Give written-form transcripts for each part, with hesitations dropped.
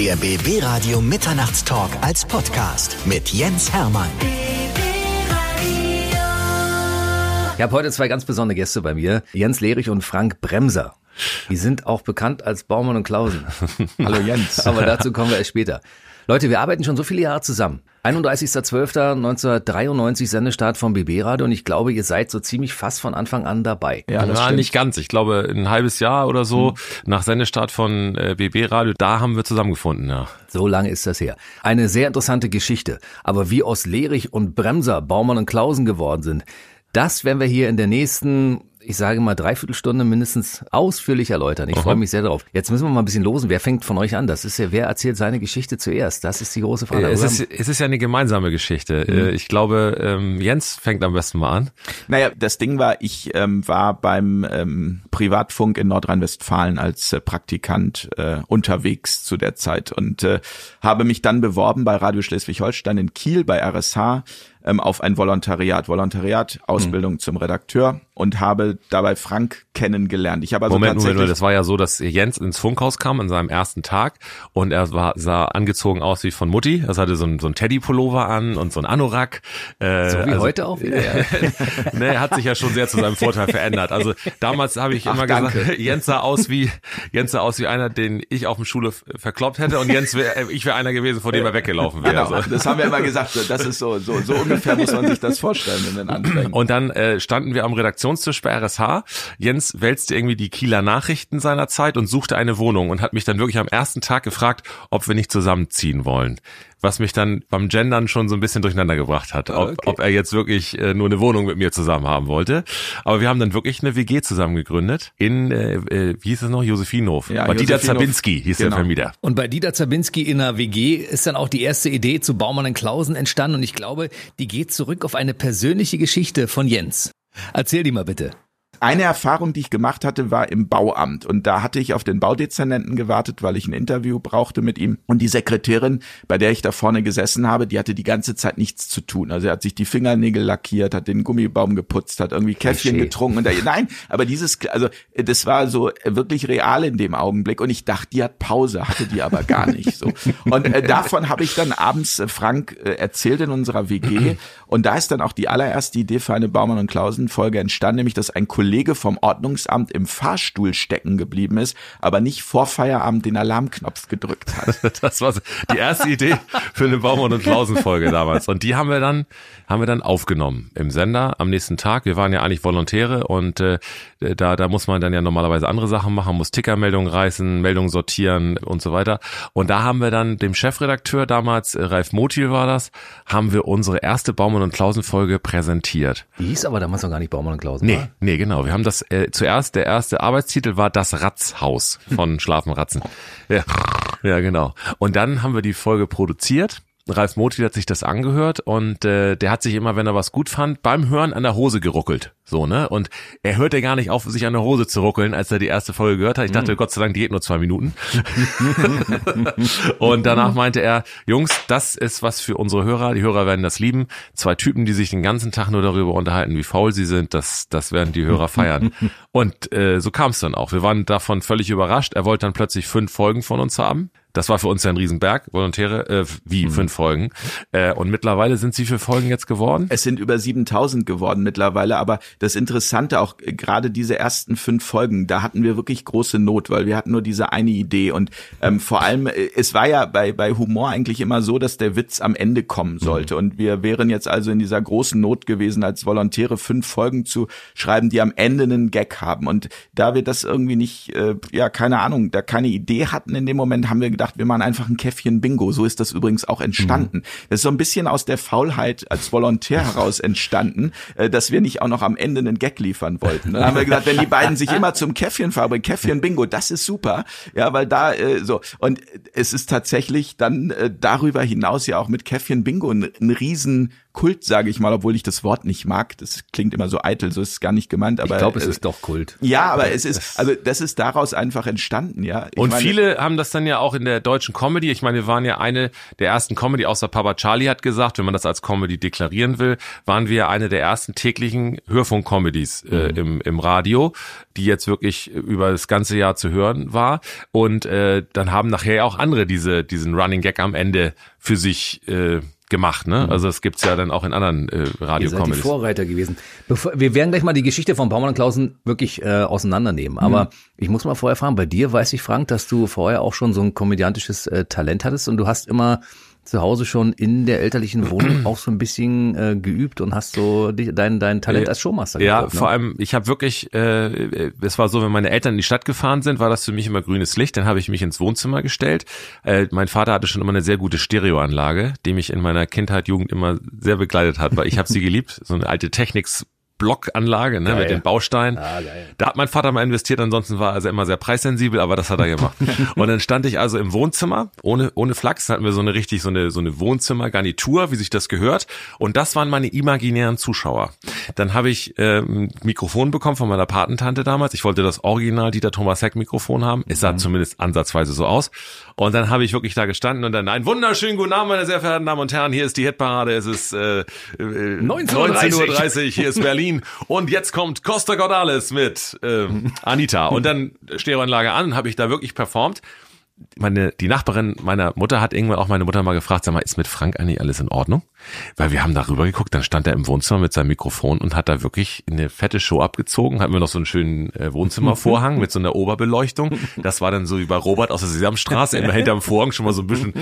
Der BB Radio Mitternachtstalk als Podcast mit Jens Hermann. Ich habe heute zwei ganz besondere Gäste bei mir, Jens Lehrich und Frank Bremser. Die sind auch bekannt als Baumann und Klausen. Hallo Jens. Aber dazu kommen wir erst später. Leute, wir arbeiten schon so viele Jahre zusammen. 31.12.1993 Sendestart vom BB Radio und ich glaube, ihr seid so ziemlich fast von Anfang an dabei. Ja, das stimmt. Nicht ganz. Ich glaube, ein halbes Jahr oder so nach Sendestart von BB Radio, da haben wir zusammengefunden, ja. So lange ist das her. Eine sehr interessante Geschichte. Aber wie aus Lehrich und Bremser Baumann und Klausen geworden sind, das werden wir hier in der nächsten, ich sage mal, Dreiviertelstunde mindestens ausführlich erläutern. Ich freue mich sehr darauf. Jetzt müssen wir mal ein bisschen losen. Wer fängt von euch an? Das ist ja, wer erzählt seine Geschichte zuerst? Das ist die große Frage. Es ist ja eine gemeinsame Geschichte. Ich glaube, Jens fängt am besten mal an. Naja, das Ding war, ich war beim Privatfunk in Nordrhein-Westfalen als Praktikant unterwegs zu der Zeit und habe mich dann beworben bei Radio Schleswig-Holstein in Kiel bei RSH auf ein Volontariat, Ausbildung zum Redakteur und habe dabei Frank kennengelernt. Ich habe also Moment, das war ja so, dass Jens ins Funkhaus kam an seinem ersten Tag und er sah angezogen aus wie von Mutti. Er hatte so ein Teddy-Pullover an und so ein Anorak. So wie heute auch wieder. Ja. Ne, er hat sich ja schon sehr zu seinem Vorteil verändert. Also damals habe ich immer gesagt, Jens sah aus wie einer, den ich auf dem Schule verkloppt hätte und ich wäre einer gewesen, vor dem er weggelaufen wäre. Genau, das haben wir immer gesagt. Das ist so ungefähr muss man sich das vorstellen in den Anfängen. Und dann standen wir am Redaktionstisch bei RSH. Jens wälzte irgendwie die Kieler Nachrichten seiner Zeit und suchte eine Wohnung und hat mich dann wirklich am ersten Tag gefragt, ob wir nicht zusammenziehen wollen. Was mich dann beim Gendern schon so ein bisschen durcheinander gebracht hat, ob er jetzt wirklich nur eine Wohnung mit mir zusammen haben wollte. Aber wir haben dann wirklich eine WG zusammen gegründet in, wie hieß es noch, Josephinhof. Ja, bei Dieter Zabinski hieß der Vermieter. Und bei Dieter Zabinski in einer WG ist dann auch die erste Idee zu Baumann und Klausen entstanden und ich glaube, die geht zurück auf eine persönliche Geschichte von Jens. Erzähl die mal bitte. Eine Erfahrung, die ich gemacht hatte, war im Bauamt und da hatte ich auf den Baudezernenten gewartet, weil ich ein Interview brauchte mit ihm und die Sekretärin, bei der ich da vorne gesessen habe, die hatte die ganze Zeit nichts zu tun. Also er hat sich die Fingernägel lackiert, hat den Gummibaum geputzt, hat irgendwie Käffchen getrunken und nein, aber das war so wirklich real in dem Augenblick und ich dachte, die hat Pause, hatte die aber gar nicht so. Und davon habe ich dann abends Frank erzählt in unserer WG und da ist dann auch die allererste Idee für eine Baumann und Klausen Folge entstanden, nämlich dass ein Kollege vom Ordnungsamt im Fahrstuhl stecken geblieben ist, aber nicht vor Feierabend den Alarmknopf gedrückt hat. Das war die erste Idee für eine Baumann und Klausen Folge damals. Und die haben wir dann aufgenommen im Sender am nächsten Tag. Wir waren ja eigentlich Volontäre und da muss man dann ja normalerweise andere Sachen machen, muss Tickermeldungen reißen, Meldungen sortieren und so weiter. Und da haben wir dann dem Chefredakteur damals, Ralf Motil war das, haben wir unsere erste Baumann und Klausen Folge präsentiert. Die hieß aber damals noch gar nicht Baumann und Klausen. Nee, genau. Wir haben das zuerst, der erste Arbeitstitel war Das Ratzhaus von Schlafenratzen. Ja, genau. Und dann haben wir die Folge produziert. Ralf Motil hat sich das angehört und der hat sich immer, wenn er was gut fand, beim Hören an der Hose geruckelt. So, ne? Und er hörte gar nicht auf, sich an der Hose zu ruckeln, als er die erste Folge gehört hat. Ich dachte, Gott sei Dank, die geht nur 2 Minuten. Und danach meinte er, Jungs, das ist was für unsere Hörer. Die Hörer werden das lieben. 2 Typen, die sich den ganzen Tag nur darüber unterhalten, wie faul sie sind, das werden die Hörer feiern. Und so kam es dann auch. Wir waren davon völlig überrascht. Er wollte dann plötzlich 5 Folgen von uns haben. Das war für uns ja ein Riesenberg, Volontäre, 5 Folgen. Und mittlerweile sind sie 4 Folgen jetzt geworden? Es sind über 7000 geworden mittlerweile, aber das Interessante auch, gerade diese ersten 5 Folgen, da hatten wir wirklich große Not, weil wir hatten nur diese eine Idee und vor allem, es war ja bei Humor eigentlich immer so, dass der Witz am Ende kommen sollte und wir wären jetzt also in dieser großen Not gewesen, als Volontäre 5 Folgen zu schreiben, die am Ende einen Gag haben und da wir das irgendwie nicht, keine Ahnung, da keine Idee hatten in dem Moment, haben wir gedacht, wir machen einfach ein Käffchen Bingo. So ist das übrigens auch entstanden. Das ist so ein bisschen aus der Faulheit als Volontär heraus entstanden, dass wir nicht auch noch am Ende einen Gag liefern wollten. Dann haben wir gesagt, wenn die beiden sich immer zum Käffchen verabreden, Käffchen Bingo, das ist super. Ja, weil da so. Und es ist tatsächlich dann darüber hinaus ja auch mit Käffchen Bingo ein riesen Kult, sage ich mal, obwohl ich das Wort nicht mag. Das klingt immer so eitel, so ist es gar nicht gemeint. Aber ich glaube, es ist doch Kult. Ja, aber es ist, also das ist daraus einfach entstanden, ja. Und viele haben das dann ja auch in der deutschen Comedy. Ich meine, wir waren ja eine der ersten Comedy, außer Papa Charlie hat gesagt, wenn man das als Comedy deklarieren will, waren wir eine der ersten täglichen Hörfunk-Comedies im Radio, die jetzt wirklich über das ganze Jahr zu hören war. Und dann haben nachher auch andere diesen Running Gag am Ende für sich gemacht, ne? Also das gibt's ja dann auch in anderen Radio-Comedies. Ihr seid die Vorreiter gewesen. Wir werden gleich mal die Geschichte von Baumann und Klausen wirklich auseinandernehmen. Aber ich muss mal vorher fragen, bei dir weiß ich, Frank, dass du vorher auch schon so ein komödiantisches Talent hattest und du hast immer zu Hause schon in der elterlichen Wohnung auch so ein bisschen geübt und hast so dein Talent als Showmaster geprobt, ne? Vor allem, ich habe wirklich, es war so, wenn meine Eltern in die Stadt gefahren sind, war das für mich immer grünes Licht, dann habe ich mich ins Wohnzimmer gestellt. Mein Vater hatte schon immer eine sehr gute Stereoanlage, die mich in meiner Kindheit, Jugend immer sehr begleitet hat, weil ich habe sie geliebt, so eine alte Blockanlage, ne, mit den Bausteinen. Da hat mein Vater mal investiert, ansonsten war er immer sehr preissensibel, aber das hat er gemacht. Und dann stand ich also im Wohnzimmer, ohne Flachs, hatten wir so eine Wohnzimmergarnitur, wie sich das gehört. Und das waren meine imaginären Zuschauer. Dann habe ich ein Mikrofon bekommen von meiner Patentante damals. Ich wollte das Original Dieter Thomas Heck Mikrofon haben. Es sah zumindest ansatzweise so aus. Und dann habe ich wirklich da gestanden und dann, einen wunderschönen guten Abend, meine sehr verehrten Damen und Herren, hier ist die Hitparade, es ist 19:30 Uhr, hier ist Berlin. Und jetzt kommt Costa Cordalis mit Anita. Und dann Stereoanlage an, habe ich da wirklich performt. Die Nachbarin meiner Mutter hat irgendwann auch meine Mutter mal gefragt, sag mal, ist mit Frank eigentlich alles in Ordnung? Weil wir haben da rüber geguckt, dann stand er im Wohnzimmer mit seinem Mikrofon und hat da wirklich eine fette Show abgezogen, hatten wir noch so einen schönen Wohnzimmervorhang mit so einer Oberbeleuchtung. Das war dann so wie bei Robert aus der Sesamstraße, immer hinterm Vorhang schon mal so ein bisschen.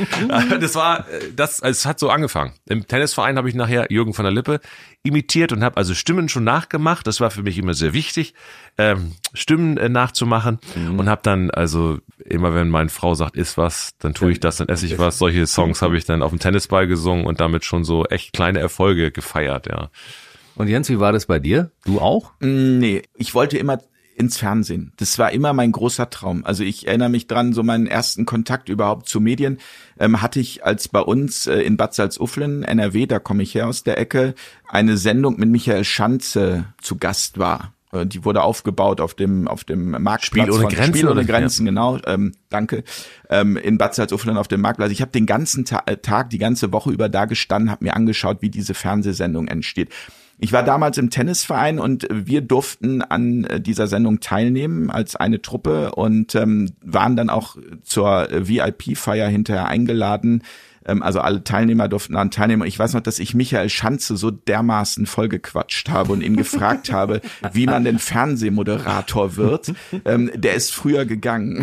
Es hat so angefangen. Im Tennisverein habe ich nachher Jürgen von der Lippe imitiert und habe also Stimmen schon nachgemacht. Das war für mich immer sehr wichtig, Stimmen nachzumachen und habe dann also immer, wenn meine Frau sagt, iss was, dann tue ich das, dann esse ich was. Solche Songs habe ich dann auf dem Tennisball gesungen und damit schon so echt kleine Erfolge gefeiert, ja. Und Jens, wie war das bei dir? Du auch? Nee, ich wollte immer ins Fernsehen. Das war immer mein großer Traum. Also ich erinnere mich dran, so meinen ersten Kontakt überhaupt zu Medien hatte ich, als bei uns in Bad Salzuflen, NRW, da komme ich her aus der Ecke, eine Sendung mit Michael Schanze zu Gast war. Die wurde aufgebaut auf dem Marktplatz. Spiel ohne Grenzen, genau. Danke. In Bad Salzuflen auf dem Marktplatz. Ich habe den ganzen Tag, die ganze Woche über da gestanden, habe mir angeschaut, wie diese Fernsehsendung entsteht. Ich war damals im Tennisverein und wir durften an dieser Sendung teilnehmen als eine Truppe und waren dann auch zur VIP-Feier hinterher eingeladen. Also alle Teilnehmer durften daran teilnehmen. Ich weiß noch, dass ich Michael Schanze so dermaßen vollgequatscht habe und ihn gefragt habe, wie man denn Fernsehmoderator wird. Der ist früher gegangen.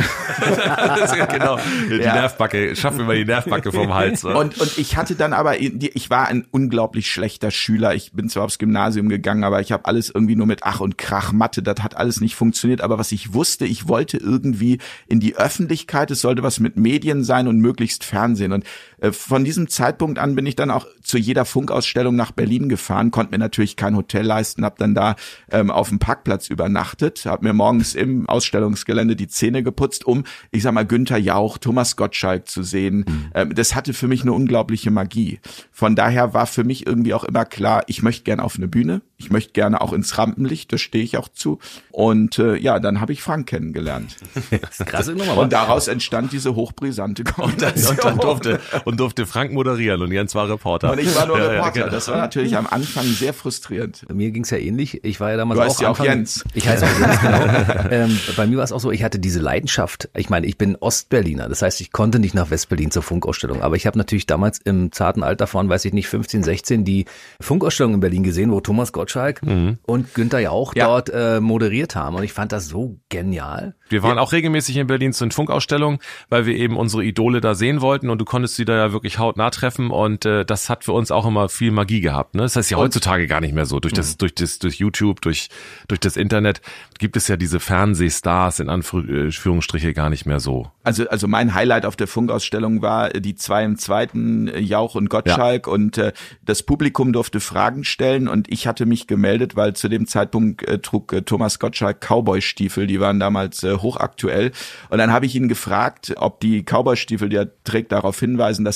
Genau, die Nervbacke, schaffen wir mal die Nervbacke vom Hals. Oder? Und ich hatte dann aber, ich war ein unglaublich schlechter Schüler. Ich bin zwar aufs Gymnasium gegangen, aber ich habe alles irgendwie nur mit Ach und Krach, Mathe, das hat alles nicht funktioniert. Aber was ich wusste, ich wollte irgendwie in die Öffentlichkeit, es sollte was mit Medien sein und möglichst Fernsehen. Und von diesem Zeitpunkt an bin ich dann auch zu jeder Funkausstellung nach Berlin gefahren, konnte mir natürlich kein Hotel leisten, habe dann da auf dem Parkplatz übernachtet, habe mir morgens im Ausstellungsgelände die Zähne geputzt, um, ich sag mal, Günther Jauch, Thomas Gottschalk zu sehen. Das hatte für mich eine unglaubliche Magie. Von daher war für mich irgendwie auch immer klar, ich möchte gerne auf eine Bühne, ich möchte gerne auch ins Rampenlicht, da stehe ich auch zu. Und dann habe ich Frank kennengelernt. Das ist krasse Nummer. Und daraus entstand diese hochbrisante Kombination. Und durfte Frank moderieren und Jens war Reporter. Und ich war nur Reporter. Genau. Das war natürlich am Anfang sehr frustrierend. Mir ging's ja ähnlich. Ich war ja damals auch. Du heißt ja auch Jens. Ich heiße auch Jens, genau. Bei mir war es auch so, ich hatte diese Leidenschaft. Ich meine, ich bin Ostberliner. Das heißt, ich konnte nicht nach Westberlin zur Funkausstellung. Aber ich habe natürlich damals im zarten Alter von, 15, 16, die Funkausstellung in Berlin gesehen, wo Thomas Gottschalk und Günther Jauch dort moderiert haben. Und ich fand das so genial. Wir waren auch regelmäßig in Berlin zu den Funkausstellungen, weil wir eben unsere Idole da sehen wollten und du konntest sie da ja wirklich hautnah treffen und das hat für uns auch immer viel Magie gehabt. Ne? Das heißt ja heutzutage gar nicht mehr so. Durch YouTube, durch das Internet gibt es ja diese Fernsehstars in Anführungsstriche gar nicht mehr so. Also mein Highlight auf der Funkausstellung war die 2 im Zweiten, Jauch und Gottschalk und das Publikum durfte Fragen stellen und ich hatte mich gemeldet, weil zu dem Zeitpunkt trug Thomas Gottschalk Cowboy-Stiefel, die waren damals hochaktuell und dann habe ich ihn gefragt, ob die Cowboy-Stiefel, die er trägt, darauf hinweisen, dass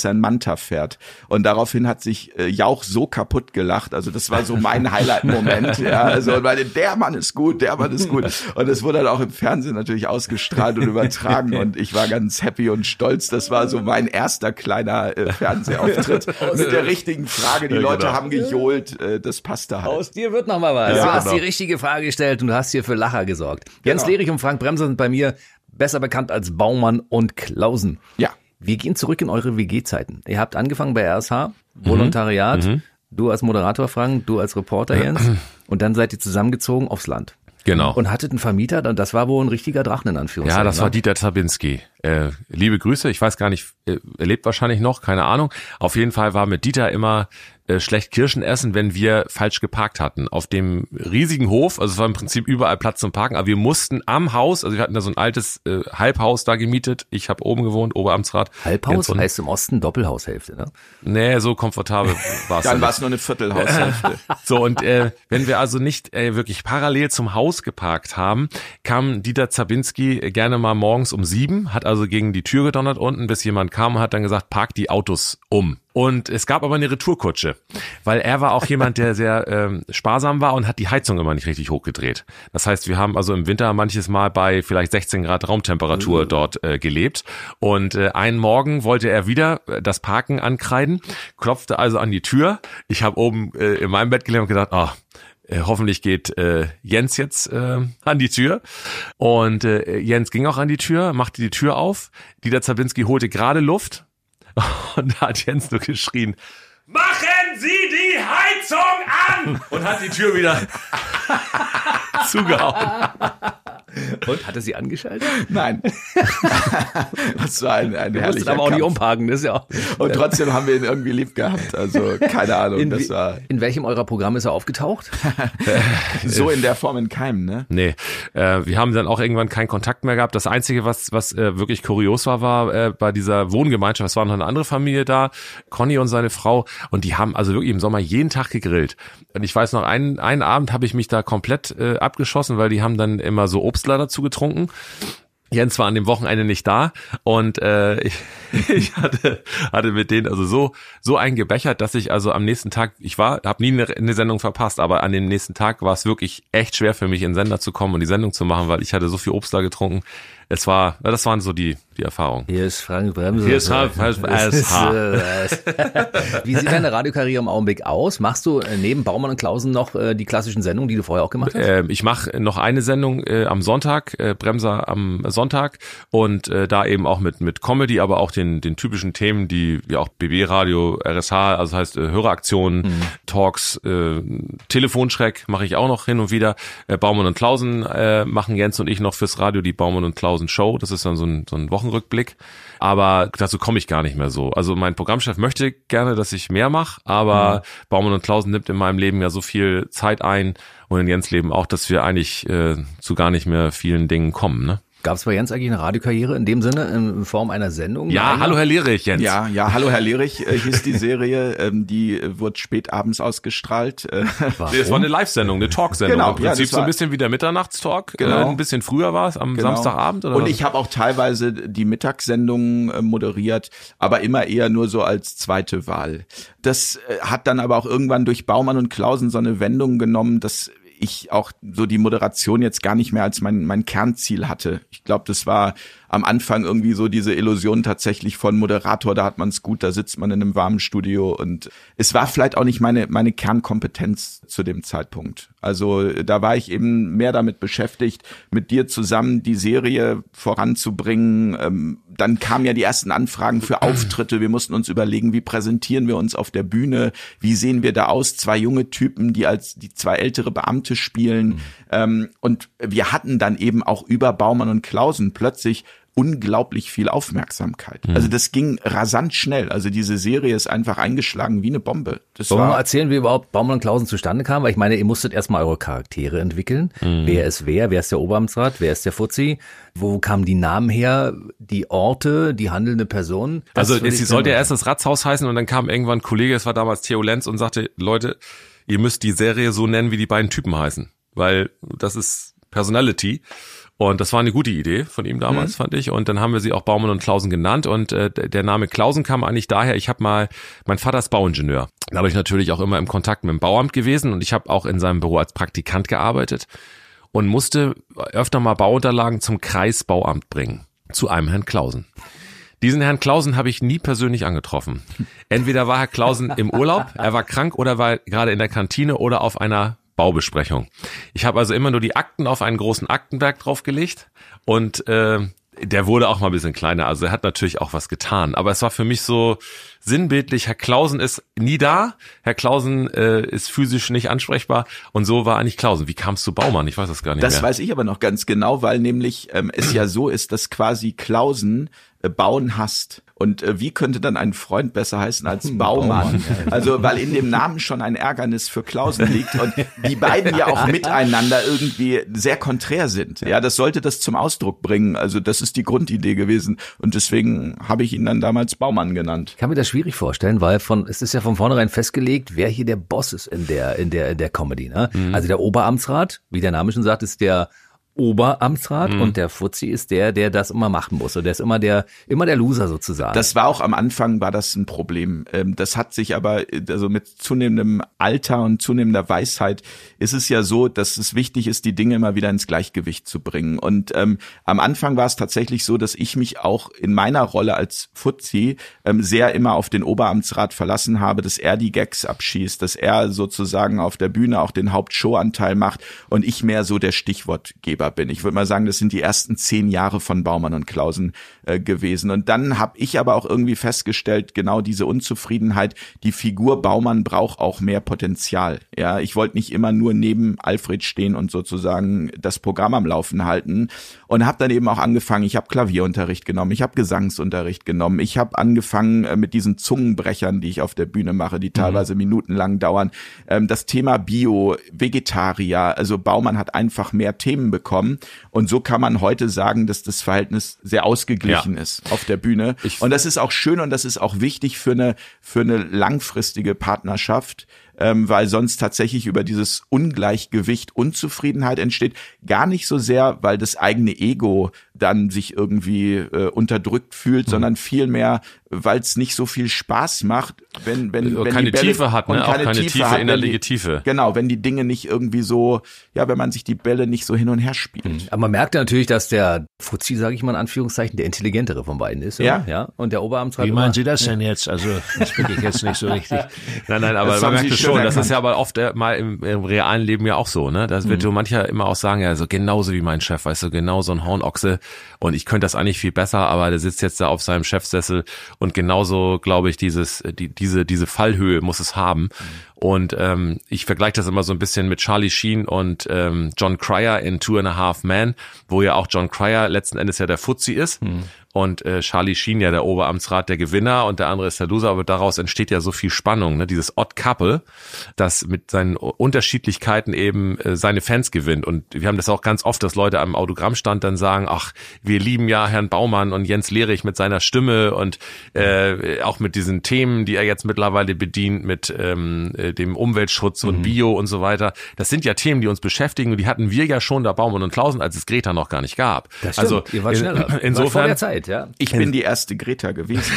dass er ein Manta fährt. Und daraufhin hat sich Jauch so kaputt gelacht. Also das war so mein Highlight-Moment. Ja, also und meine, der Mann ist gut. Und es wurde dann auch im Fernsehen natürlich ausgestrahlt und übertragen. Und ich war ganz happy und stolz. Das war so mein erster kleiner Fernsehauftritt mit der richtigen Frage. Die Leute haben gejohlt. Das passte halt. Aus dir wird noch mal was. Du hast die richtige Frage gestellt und du hast hier für Lacher gesorgt. Jens Lehrig und Frank Bremser sind bei mir, besser bekannt als Baumann und Klausen. Ja. Wir gehen zurück in eure WG-Zeiten. Ihr habt angefangen bei RSH, Volontariat, du als Moderator, Frank, du als Reporter, Jens, und dann seid ihr zusammengezogen aufs Land. Genau. Und hattet einen Vermieter, das war wohl ein richtiger Drachen in Anführungszeichen. Ja, das war Dieter Zabinski. Liebe Grüße, ich weiß gar nicht, er lebt wahrscheinlich noch, keine Ahnung. Auf jeden Fall war mit Dieter immer schlecht Kirschen essen, wenn wir falsch geparkt hatten. Auf dem riesigen Hof, also es war im Prinzip überall Platz zum Parken, aber wir mussten am Haus, also wir hatten da so ein altes Halbhaus da gemietet. Ich habe oben gewohnt, Oberamtsrat. Halbhaus heißt im Osten Doppelhaushälfte, ne? Nee, so komfortabel war es. Dann war es nur eine Viertelhaushälfte. So, und wenn wir also nicht wirklich parallel zum Haus geparkt haben, kam Dieter Zabinski gerne mal morgens um 7, hat also gegen die Tür gedonnert unten, bis jemand kam und hat dann gesagt, park die Autos um. Und es gab aber eine Retourkutsche, weil er war auch jemand, der sehr sparsam war und hat die Heizung immer nicht richtig hochgedreht. Das heißt, wir haben also im Winter manches Mal bei vielleicht 16 Grad Raumtemperatur dort gelebt. Und einen Morgen wollte er wieder das Parken ankreiden, klopfte also an die Tür. Ich habe oben in meinem Bett gelegen und gedacht, hoffentlich geht Jens jetzt an die Tür. Und Jens ging auch an die Tür, machte die Tür auf. Dieter Zabinski holte gerade Luft. Und da hat Jens nur geschrien, machen Sie die Heizung an! Und hat die Tür wieder zugehauen. Und hat er sie angeschaltet? Nein. Das war ein Du herrlicher musstest aber auch Kampf. nicht umparken, das ist ja auch. Und trotzdem haben wir ihn irgendwie lieb gehabt. Also keine Ahnung. In welchem eurer Programme ist er aufgetaucht? So in der Form in keinem, ne? Nee, wir haben dann auch irgendwann keinen Kontakt mehr gehabt. Das Einzige, was wirklich kurios war bei dieser Wohngemeinschaft, es war noch eine andere Familie da, Conny und seine Frau, und die haben also wirklich im Sommer jeden Tag gegrillt. Und ich weiß noch, einen Abend habe ich mich da komplett abgeschossen, weil die haben dann immer so Obstler dazu getrunken. Jens war an dem Wochenende nicht da und ich hatte mit denen also so eingebechert, dass ich also am nächsten Tag, habe nie eine Sendung verpasst, aber an dem nächsten Tag war es wirklich echt schwer für mich, in den Sender zu kommen und die Sendung zu machen, weil ich hatte so viel Obst da getrunken. Das waren so die Erfahrungen. Hier ist Frank Bremser. Hier ist Frank Bremser. Wie sieht deine Radiokarriere im Augenblick aus? Machst du neben Baumann und Klausen noch die klassischen Sendungen, die du vorher auch gemacht hast? Ich mache noch eine Sendung am Sonntag, Bremser am Sonntag, und da eben auch mit Comedy, aber auch den typischen Themen, die wie auch BB-Radio, RSH, also heißt Höreraktionen, Talks, Telefonschreck mache ich auch noch hin und wieder. Baumann und Klausen machen Jens und ich noch fürs Radio die Baumann und Klausen Show. Das ist dann so ein Wochenrückblick. Aber dazu komme ich gar nicht mehr so. Also mein Programmchef möchte gerne, dass ich mehr mache, aber Baumann und Klausen nimmt in meinem Leben ja so viel Zeit ein und in Jens Leben auch, dass wir eigentlich zu gar nicht mehr vielen Dingen kommen, ne? Gab es bei Jens eigentlich eine Radiokarriere in dem Sinne, in Form einer Sendung? Ja, hallo Herr Lehrig, Jens. Ja, hallo Herr Lehrig hieß die Serie, die wurde spät abends ausgestrahlt. Das war eine Live-Sendung, eine Talksendung. Genau, im Prinzip ja, so ein bisschen wie der Mitternachtstalk. Genau. Ein bisschen früher war es, am Samstagabend. Oder und was? ich habe auch teilweise die Mittagssendung moderiert, aber immer eher nur so als zweite Wahl. Das hat dann aber auch irgendwann durch Baumann und Klausen so eine Wendung genommen, dass ich auch so die Moderation jetzt gar nicht mehr als mein Kernziel hatte. Ich glaube, das war am Anfang irgendwie so diese Illusion tatsächlich von Moderator, da hat man es gut, da sitzt man in einem warmen Studio, und es war vielleicht auch nicht meine Kernkompetenz zu dem Zeitpunkt. Also da war ich eben mehr damit beschäftigt, mit dir zusammen die Serie voranzubringen. Dann kamen ja die ersten Anfragen für Auftritte. Wir mussten uns überlegen, wie präsentieren wir uns auf der Bühne, wie sehen wir da aus? 2 junge Typen, die 2 ältere Beamte spielen. Und wir hatten dann eben auch über Baumann und Klausen plötzlich unglaublich viel Aufmerksamkeit. Also das ging rasant schnell. Also diese Serie ist einfach eingeschlagen wie eine Bombe. Wollen wir mal erzählen, wie überhaupt Baumann und Klausen zustande kam? Weil ich meine, ihr musstet erstmal eure Charaktere entwickeln. Wer ist der Oberamtsrat, wer ist der Fuzzi? Wo kamen die Namen her, die Orte, die handelnde Person? Also sie sollte ja erst das Ratshaus heißen, und dann kam irgendwann ein Kollege, es war damals Theo Lenz, und sagte, Leute, ihr müsst die Serie so nennen, wie die beiden Typen heißen. Weil das ist Personality. Und das war eine gute Idee von ihm damals, fand ich. Und dann haben wir sie auch Baumann und Clausen genannt. Und der Name Clausen kam eigentlich daher, mein Vater ist Bauingenieur. Dadurch natürlich auch immer im Kontakt mit dem Bauamt gewesen. Und ich habe auch in seinem Büro als Praktikant gearbeitet und musste öfter mal Bauunterlagen zum Kreisbauamt bringen. Zu einem Herrn Clausen. Diesen Herrn Clausen habe ich nie persönlich angetroffen. Entweder war Herr Clausen im Urlaub, er war krank oder war gerade in der Kantine oder auf einer Baubesprechung. Ich habe also immer nur die Akten auf einen großen Aktenberg draufgelegt und der wurde auch mal ein bisschen kleiner. Also er hat natürlich auch was getan. Aber es war für mich so sinnbildlich, Herr Clausen ist nie da, Herr Clausen ist physisch nicht ansprechbar und so war eigentlich Clausen. Wie kamst du Baumann? Ich weiß das gar nicht mehr. Das weiß ich aber noch ganz genau, weil nämlich es ja so ist, dass quasi Clausen Bauen hasst. Und wie könnte dann ein Freund besser heißen als Baumann? Also weil in dem Namen schon ein Ärgernis für Clausen liegt und die beiden ja auch miteinander irgendwie sehr konträr sind. Ja, das sollte das zum Ausdruck bringen. Also das ist die Grundidee gewesen und deswegen habe ich ihn dann damals Baumann genannt. Ich kann mir das schwierig vorstellen, weil es ist ja von vornherein festgelegt, wer hier der Boss ist in der Comedy. Ne? Also der Oberamtsrat, wie der Name schon sagt, ist der Oberamtsrat und der Fuzzi ist der das immer machen muss. Und der ist immer der Loser sozusagen. Das war auch am Anfang war das ein Problem. Das hat sich aber, also mit zunehmendem Alter und zunehmender Weisheit ist es ja so, dass es wichtig ist, die Dinge immer wieder ins Gleichgewicht zu bringen. Und am Anfang war es tatsächlich so, dass ich mich auch in meiner Rolle als Fuzzi sehr immer auf den Oberamtsrat verlassen habe, dass er die Gags abschießt, dass er sozusagen auf der Bühne auch den Hauptshowanteil macht und ich mehr so der Stichwortgeber bin. Ich würde mal sagen, das sind die ersten 10 Jahre von Baumann und Clausen gewesen. Und dann habe ich aber auch irgendwie festgestellt, genau diese Unzufriedenheit, die Figur Baumann braucht auch mehr Potenzial. Ja, ich wollte nicht immer nur neben Alfred stehen und sozusagen das Programm am Laufen halten und habe dann eben auch angefangen, ich habe Klavierunterricht genommen, ich habe Gesangsunterricht genommen, ich habe angefangen mit diesen Zungenbrechern, die ich auf der Bühne mache, die teilweise minutenlang dauern. Das Thema Bio, Vegetarier, also Baumann hat einfach mehr Themen bekommen. Und so kann man heute sagen, dass das Verhältnis sehr ausgeglichen ist auf der Bühne. Und das ist auch schön und das ist auch wichtig für eine langfristige Partnerschaft, weil sonst tatsächlich über dieses Ungleichgewicht Unzufriedenheit entsteht. Gar nicht so sehr, weil das eigene Ego dann sich irgendwie unterdrückt fühlt, sondern vielmehr, weil es nicht so viel Spaß macht, wenn keine die Bälle Tiefe hat, ne? Auch keine Tiefe, hat, innerliche Tiefe. Genau, wenn die Dinge nicht irgendwie so, ja, wenn man sich die Bälle nicht so hin und her spielt. Aber man merkt ja natürlich, dass der Fuzzi, sage ich mal in Anführungszeichen, der intelligentere von beiden ist. Ja. Ja. Und der Oberamtsrat. Wie meinen Sie das denn jetzt? Also, das bin ich jetzt nicht so richtig. Nein, aber man merkt es schon. Das ist ja aber oft mal im realen Leben ja auch so, ne? Das wird so mancher immer auch sagen, ja, so genauso wie mein Chef, weißt du, genau so ein Hornochse. Und ich könnte das eigentlich viel besser, aber der sitzt jetzt da auf seinem Chefsessel und genauso, glaube ich, diese Fallhöhe muss es haben. Und ich vergleiche das immer so ein bisschen mit Charlie Sheen und John Cryer in 2.5 Men, wo ja auch John Cryer letzten Endes ja der Fuzzi ist und Charlie Sheen ja der Oberamtsrat, der Gewinner und der andere ist der Loser, aber daraus entsteht ja so viel Spannung, ne? Dieses Odd Couple, das mit seinen Unterschiedlichkeiten eben seine Fans gewinnt. Und wir haben das auch ganz oft, dass Leute am Autogrammstand dann sagen, ach, wir lieben ja Herrn Baumann und Jens Lehrich mit seiner Stimme und auch mit diesen Themen, die er jetzt mittlerweile bedient, mit dem Umweltschutz und Bio und so weiter. Das sind ja Themen, die uns beschäftigen und die hatten wir ja schon, da Baumann und Clausen, als es Greta noch gar nicht gab. Das stimmt. Also ihr wart schneller. Insofern vor der Zeit, ja. Ich bin die erste Greta gewesen.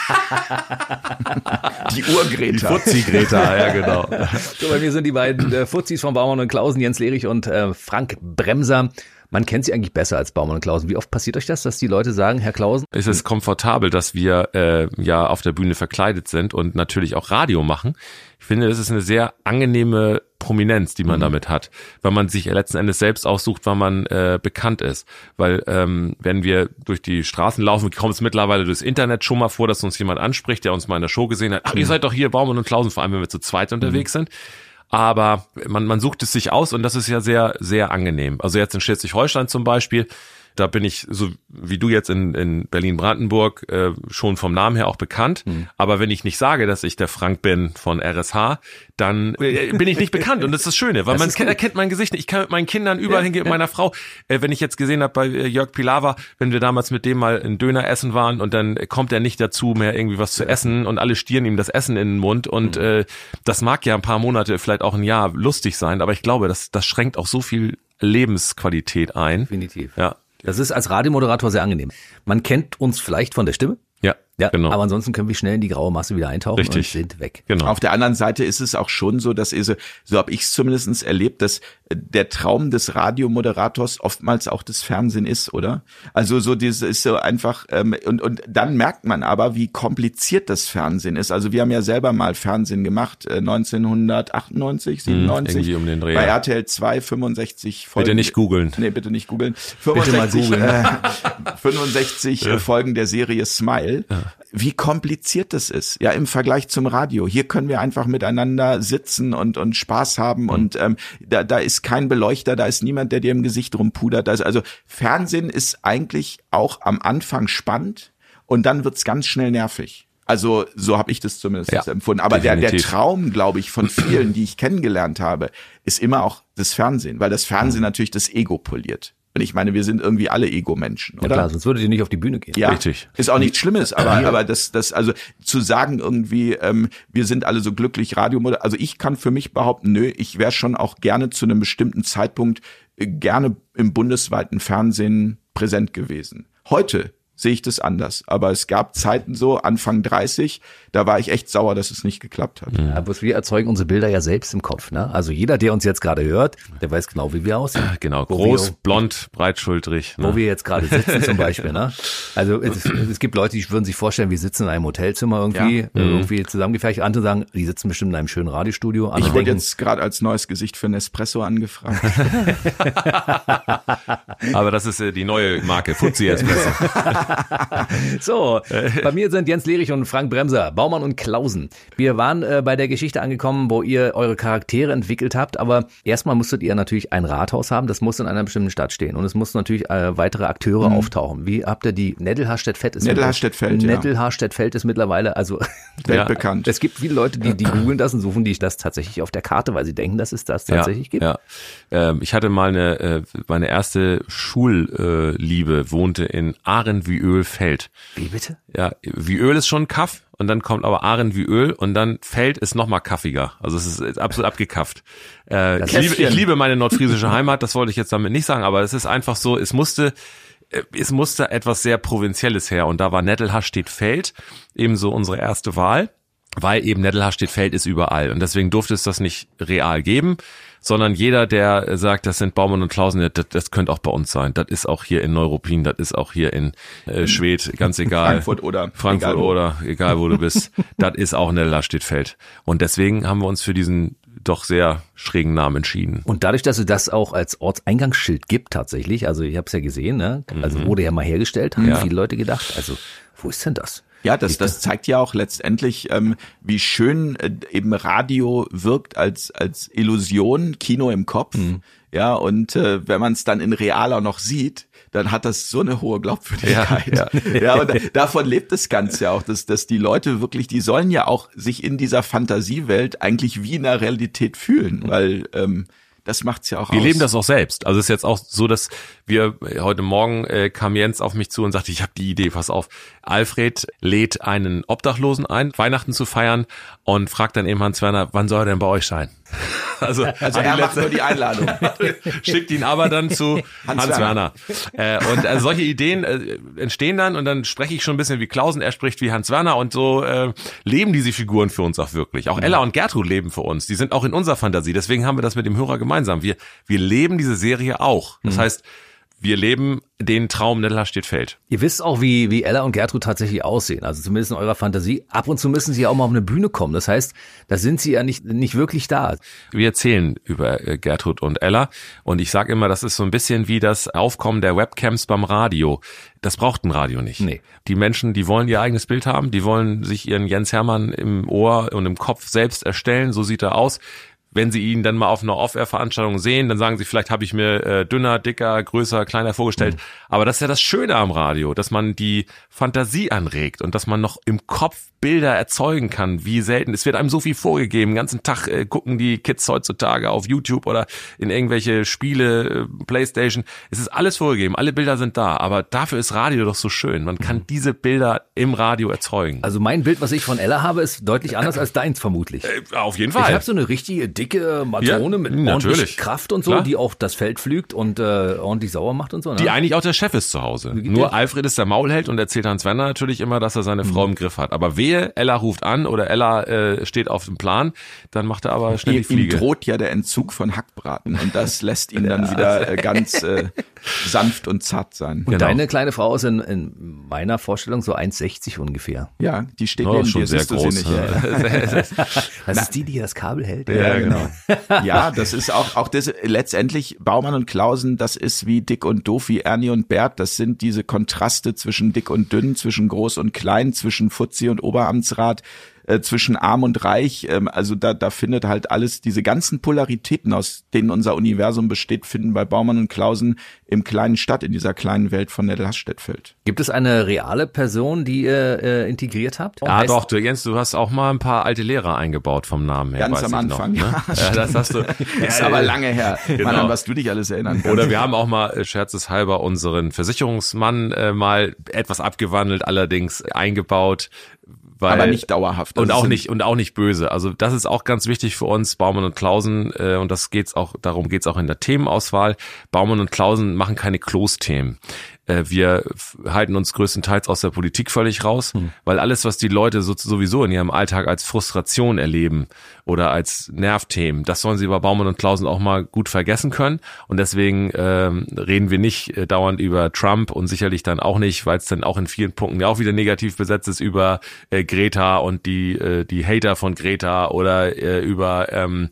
Die Ur-Greta. Die Fuzzi-Greta, ja genau. So, bei mir sind die beiden Fuzzis von Baumann und Clausen, Jens Lehrich und Frank Bremser. Man kennt sie eigentlich besser als Baumann und Clausen. Wie oft passiert euch das, dass die Leute sagen, Herr Clausen? Es ist komfortabel, dass wir ja auf der Bühne verkleidet sind und natürlich auch Radio machen. Ich finde, das ist eine sehr angenehme Prominenz, die man damit hat, weil man sich letzten Endes selbst aussucht, wann man bekannt ist. Weil wenn wir durch die Straßen laufen, kommt es mittlerweile durchs Internet schon mal vor, dass uns jemand anspricht, der uns mal in der Show gesehen hat. Ach, ihr seid doch hier Baumann und Clausen, vor allem wenn wir zu zweit unterwegs sind. Aber man sucht es sich aus und das ist ja sehr, sehr angenehm. Also jetzt in Schleswig-Holstein zum Beispiel, da bin ich, so wie du jetzt in Berlin-Brandenburg, schon vom Namen her auch bekannt. Aber wenn ich nicht sage, dass ich der Frank bin von RSH, dann bin ich nicht bekannt. Und das ist das Schöne, weil man erkennt mein Gesicht nicht. Ich kann mit meinen Kindern überall hingehen, mit meiner Frau. Wenn ich jetzt gesehen habe bei Jörg Pilawa, wenn wir damals mit dem mal einen Döner essen waren und dann kommt er nicht dazu, mehr irgendwie was zu essen und alle stieren ihm das Essen in den Mund. Und das mag ja ein paar Monate, vielleicht auch ein Jahr lustig sein, aber ich glaube, das schränkt auch so viel Lebensqualität ein. Definitiv. Ja. Das ist als Radiomoderator sehr angenehm. Man kennt uns vielleicht von der Stimme. Ja, genau. Aber ansonsten können wir schnell in die graue Masse wieder eintauchen und sind weg. Genau. Auf der anderen Seite ist es auch schon so, dass so habe ich es zumindest erlebt, dass der Traum des Radiomoderators oftmals auch das Fernsehen ist, oder? Also so dieses ist so einfach und dann merkt man aber, wie kompliziert das Fernsehen ist. Also wir haben ja selber mal Fernsehen gemacht, 1998, 97 irgendwie um den Dreh. Bei RTL 2 65 Folgen. Bitte nicht googeln. Nee, bitte nicht googeln. 65 Folgen der Serie Smile. Ja. Wie kompliziert das ist, ja, im Vergleich zum Radio. Hier können wir einfach miteinander sitzen und Spaß haben und da ist kein Beleuchter, da ist niemand, der dir im Gesicht rumpudert. Also Fernsehen ist eigentlich auch am Anfang spannend und dann wird's ganz schnell nervig. Also so habe ich das zumindest empfunden. Aber der Traum, glaube ich, von vielen, die ich kennengelernt habe, ist immer auch das Fernsehen, weil das Fernsehen natürlich das Ego poliert. Und ich meine, wir sind irgendwie alle Ego-Menschen, oder? Ja klar, sonst würdet ihr nicht auf die Bühne gehen. Ja, richtig. Ist auch nichts Schlimmes, aber das also zu sagen irgendwie, wir sind alle so glücklich Radiomoderator, also ich kann für mich behaupten, ich wäre schon auch gerne zu einem bestimmten Zeitpunkt gerne im bundesweiten Fernsehen präsent gewesen. Heute sehe ich das anders. Aber es gab Zeiten so, Anfang 30, da war ich echt sauer, dass es nicht geklappt hat. Ja, aber wir erzeugen unsere Bilder ja selbst im Kopf, ne? Also jeder, der uns jetzt gerade hört, der weiß genau, wie wir aussehen. Genau, groß, blond, breitschultrig. Ne? Wo wir jetzt gerade sitzen zum Beispiel, ne? Also es gibt Leute, die würden sich vorstellen, wir sitzen in einem Hotelzimmer irgendwie zusammengefercht. Andere sagen, die sitzen bestimmt in einem schönen Radiostudio. Ich wurde jetzt gerade als neues Gesicht für Nespresso angefragt. Aber das ist die neue Marke, Fuzzi Espresso. So, bei mir sind Jens Lehrich und Frank Bremser, Baumann und Klausen. Wir waren bei der Geschichte angekommen, wo ihr eure Charaktere entwickelt habt, aber erstmal musstet ihr natürlich ein Rathaus haben, das muss in einer bestimmten Stadt stehen und es mussten natürlich weitere Akteure auftauchen. Wie habt ihr die? Nettelharstedt-Feld ist Nettelharstedt-Feld ist mittlerweile, also weltbekannt. Es gibt viele Leute, die googeln das und suchen die das tatsächlich auf der Karte, weil sie denken, dass es das tatsächlich gibt. Ja. Ich hatte mal meine erste Schulliebe wohnte in Ahrenviöl-Feld. Wie bitte? Ja, Viöl ist schon Kaff und dann kommt aber Ahrenviöl und dann Feld ist noch mal kaffiger. Also es ist absolut abgekafft. Ich liebe meine nordfriesische Heimat, das wollte ich jetzt damit nicht sagen, aber es ist einfach so, es musste etwas sehr Provinzielles her und da war Nettelharstedt-Feld ebenso unsere erste Wahl, weil eben Nettelharstedt-Feld ist überall und deswegen durfte es das nicht real geben, sondern jeder, der sagt, das sind Baumann und Klausen, das könnte auch bei uns sein. Das ist auch hier in Neuruppin, das ist auch hier in Schwedt, ganz egal. Frankfurt oder egal wo du bist, das ist auch Nettelharstedt-Feld. Und deswegen haben wir uns für diesen doch sehr schrägen Namen entschieden. Und dadurch, dass es das auch als Ortseingangsschild gibt tatsächlich, also ich habe es ja gesehen, ne? Also wurde ja mal hergestellt, haben viele Leute gedacht, also wo ist denn das? Ja, das zeigt ja auch letztendlich, wie schön eben Radio wirkt als Illusion, Kino im Kopf. Ja, und wenn man es dann in realer noch sieht, dann hat das so eine hohe Glaubwürdigkeit. Ja, und davon lebt das Ganze ja auch, dass die Leute wirklich, die sollen ja auch sich in dieser Fantasiewelt eigentlich wie in der Realität fühlen, weil das macht's ja auch aus. Wir leben das auch selbst. Also es ist jetzt auch so, dass heute Morgen kam Jens auf mich zu und sagte, ich habe die Idee, pass auf. Alfred lädt einen Obdachlosen ein, Weihnachten zu feiern und fragt dann eben Hans-Werner, wann soll er denn bei euch sein? Also er macht nur die Einladung. Schickt ihn aber dann zu Hans-Werner. Und solche Ideen entstehen dann und dann spreche ich schon ein bisschen wie Klausen, er spricht wie Hans-Werner und so leben diese Figuren für uns auch wirklich. Auch Ella und Gertrud leben für uns. Die sind auch in unserer Fantasie. Deswegen haben wir das mit dem Hörer gemeinsam. Wir leben diese Serie auch. Das heißt, wir leben den Traum Nettelharstedt-Feld. Ihr wisst auch, wie Ella und Gertrud tatsächlich aussehen. Also zumindest in eurer Fantasie. Ab und zu müssen sie ja auch mal auf eine Bühne kommen. Das heißt, da sind sie ja nicht wirklich da. Wir erzählen über Gertrud und Ella. Und ich sage immer, das ist so ein bisschen wie das Aufkommen der Webcams beim Radio. Das braucht ein Radio nicht. Nee. Die Menschen, die wollen ihr eigenes Bild haben. Die wollen sich ihren Jens Hermann im Ohr und im Kopf selbst erstellen. So sieht er aus. Wenn sie ihn dann mal auf einer Off-Air-Veranstaltung sehen, dann sagen sie, vielleicht habe ich mir dünner, dicker, größer, kleiner vorgestellt. Aber das ist ja das Schöne am Radio, dass man die Fantasie anregt und dass man noch im Kopf Bilder erzeugen kann, wie selten. Es wird einem so viel vorgegeben. Den ganzen Tag gucken die Kids heutzutage auf YouTube oder in irgendwelche Spiele, Playstation. Es ist alles vorgegeben, alle Bilder sind da. Aber dafür ist Radio doch so schön. Man kann diese Bilder im Radio erzeugen. Also mein Bild, was ich von Ella habe, ist deutlich anders als deins vermutlich. Auf jeden Fall. Ich habe so eine richtige, dicke dicke Matrone mit ordentlich natürlich. Kraft und so, Klar. die auch das Feld pflügt und ordentlich sauer macht und so. Ne? Die eigentlich auch der Chef ist zu Hause. Nur Alfred ist der Maulheld und erzählt Hans Werner natürlich immer, dass er seine Frau im Griff hat. Aber wehe, Ella ruft an oder Ella steht auf dem Plan, dann macht er aber schnell die Ihm Fliege. droht ja der Entzug von Hackbraten und das lässt ihn dann wieder ganz sanft und zart sein. Und deine kleine Frau ist in meiner Vorstellung so 1,60 ungefähr. Ja, die steht Oh, neben schon dir, sehr siehst du groß. sie nicht. Das ist die das Kabel hält. Ja, genau. Ja, das ist auch das, letztendlich Baumann und Clausen, das ist wie dick und doof, wie Ernie und Bert, das sind diese Kontraste zwischen dick und dünn, zwischen groß und klein, zwischen Fuzzi und Oberamtsrat, zwischen arm und reich, also da findet halt alles, diese ganzen Polaritäten, aus denen unser Universum besteht, finden bei Baumann und Clausen im kleinen Stadt, in dieser kleinen Welt von der Laststädt-Feld. Gibt es eine reale Person, die ihr integriert habt? Ja, doch, Jens, du hast auch mal ein paar alte Lehrer eingebaut vom Namen her. Ganz weiß am ich Anfang, noch, ne? Ja, das hast du. Ist aber lange her. Genau. Mann, an was du dich alles erinnern kannst. Oder wir haben auch mal scherzeshalber unseren Versicherungsmann mal etwas abgewandelt, allerdings eingebaut. Weil, aber nicht dauerhaft. Und auch nicht böse. Also das ist auch ganz wichtig für uns, Baumann und Clausen, und darum geht's auch in der Themenauswahl. Baumann und Clausen machen keine Kloßthemen. Wir halten uns größtenteils aus der Politik völlig raus, weil alles, was die Leute sowieso in ihrem Alltag als Frustration erleben oder als Nervthemen, das sollen sie bei Baumann und Clausen auch mal gut vergessen können. Und deswegen reden wir nicht dauernd über Trump und sicherlich dann auch nicht, weil es dann auch in vielen Punkten ja auch wieder negativ besetzt ist, über Greta und die Hater von Greta oder über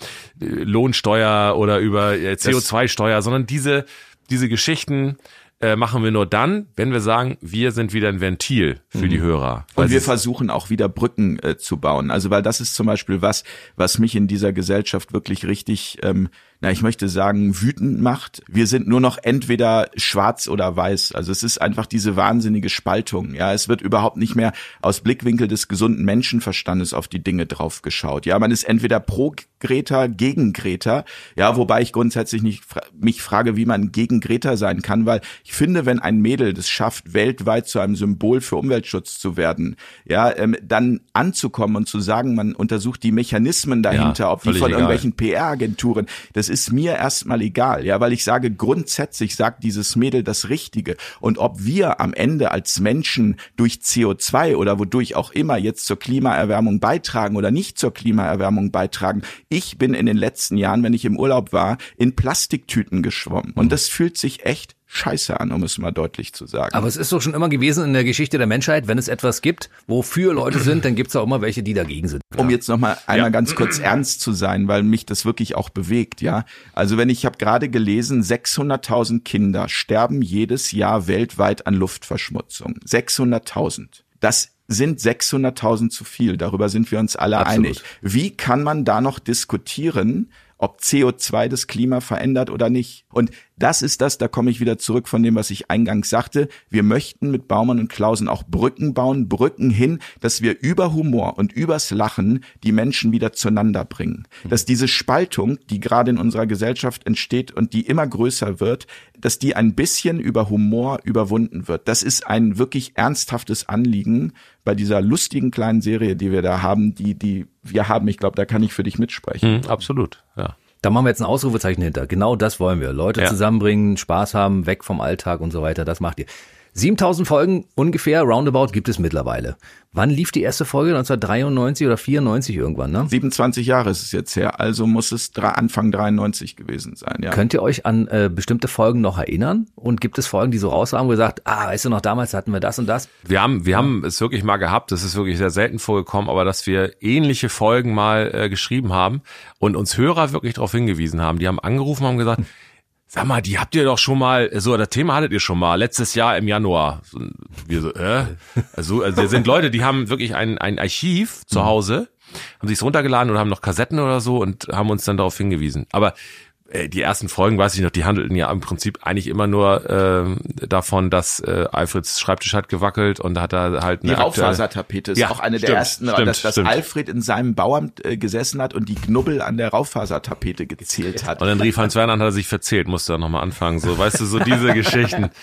Lohnsteuer oder über CO2-Steuer, sondern diese Geschichten machen wir nur dann, wenn wir sagen, wir sind wieder ein Ventil für die Hörer. Und wir versuchen auch wieder Brücken zu bauen. Also weil das ist zum Beispiel was mich in dieser Gesellschaft wirklich richtig, ich möchte sagen, wütend macht. Wir sind nur noch entweder schwarz oder weiß. Also es ist einfach diese wahnsinnige Spaltung. Ja, es wird überhaupt nicht mehr aus Blickwinkel des gesunden Menschenverstandes auf die Dinge drauf geschaut. Ja, man ist entweder pro Greta, gegen Greta. Ja, wobei ich grundsätzlich mich frage, wie man gegen Greta sein kann, weil ich finde, wenn ein Mädel das schafft, weltweit zu einem Symbol für Umweltschutz zu werden, ja, dann anzukommen und zu sagen, man untersucht die Mechanismen dahinter, ob die von irgendwelchen PR-Agenturen, das ist mir erstmal egal, ja, weil ich sage, grundsätzlich sagt dieses Mädel das Richtige. Und ob wir am Ende als Menschen durch CO2 oder wodurch auch immer jetzt zur Klimaerwärmung beitragen oder nicht zur Klimaerwärmung beitragen, ich bin in den letzten Jahren, wenn ich im Urlaub war, in Plastiktüten geschwommen. Und das fühlt sich echt scheiße an, um es mal deutlich zu sagen. Aber es ist doch schon immer gewesen in der Geschichte der Menschheit, wenn es etwas gibt, wofür Leute sind, dann gibt es auch immer welche, die dagegen sind. Um jetzt noch mal einmal ganz kurz ernst zu sein, weil mich das wirklich auch bewegt, ja. Also ich habe gerade gelesen, 600.000 Kinder sterben jedes Jahr weltweit an Luftverschmutzung. 600.000. Das sind 600.000 zu viel. Darüber sind wir uns alle einig. Wie kann man da noch diskutieren, ob CO2 das Klima verändert oder nicht? Und das ist das, da komme ich wieder zurück von dem, was ich eingangs sagte. Wir möchten mit Baumann und Clausen auch Brücken bauen, Brücken hin, dass wir über Humor und übers Lachen die Menschen wieder zueinander bringen. Dass diese Spaltung, die gerade in unserer Gesellschaft entsteht und die immer größer wird, dass die ein bisschen über Humor überwunden wird. Das ist ein wirklich ernsthaftes Anliegen bei dieser lustigen kleinen Serie, die wir da haben, die wir haben. Ich glaube, da kann ich für dich mitsprechen. Absolut, ja. Da machen wir jetzt ein Ausrufezeichen hinter. Genau das wollen wir. Leute zusammenbringen, Spaß haben, weg vom Alltag und so weiter. Das macht ihr. 7.000 Folgen ungefähr, roundabout, gibt es mittlerweile. Wann lief die erste Folge? 1993 oder 94 irgendwann, ne? 27 Jahre ist es jetzt her, also muss es Anfang 93 gewesen sein, ja. Könnt ihr euch an bestimmte Folgen noch erinnern? Und gibt es Folgen, die so raus haben, wo ihr sagt, weißt du noch, damals hatten wir das und das? Wir haben es wirklich mal gehabt, das ist wirklich sehr selten vorgekommen, aber dass wir ähnliche Folgen mal geschrieben haben und uns Hörer wirklich darauf hingewiesen haben. Die haben angerufen und haben gesagt, sag mal, die habt ihr doch schon mal, so, das Thema hattet ihr schon mal, letztes Jahr im Januar. Wir so, Also wir sind Leute, die haben wirklich ein Archiv zu Hause, haben sich's runtergeladen oder haben noch Kassetten oder so und haben uns dann darauf hingewiesen. Aber die ersten Folgen, weiß ich noch, die handelten ja im Prinzip eigentlich immer nur davon, dass Alfreds Schreibtisch hat gewackelt und da hat er halt eine die Raufasertapete ist auch eine der ersten, dass Alfred in seinem Bauamt gesessen hat und die Knubbel an der Raufasertapete gezählt hat. Und dann rief Hans Werner und hat er sich verzählt, musste er nochmal anfangen, so, weißt du, so diese Geschichten.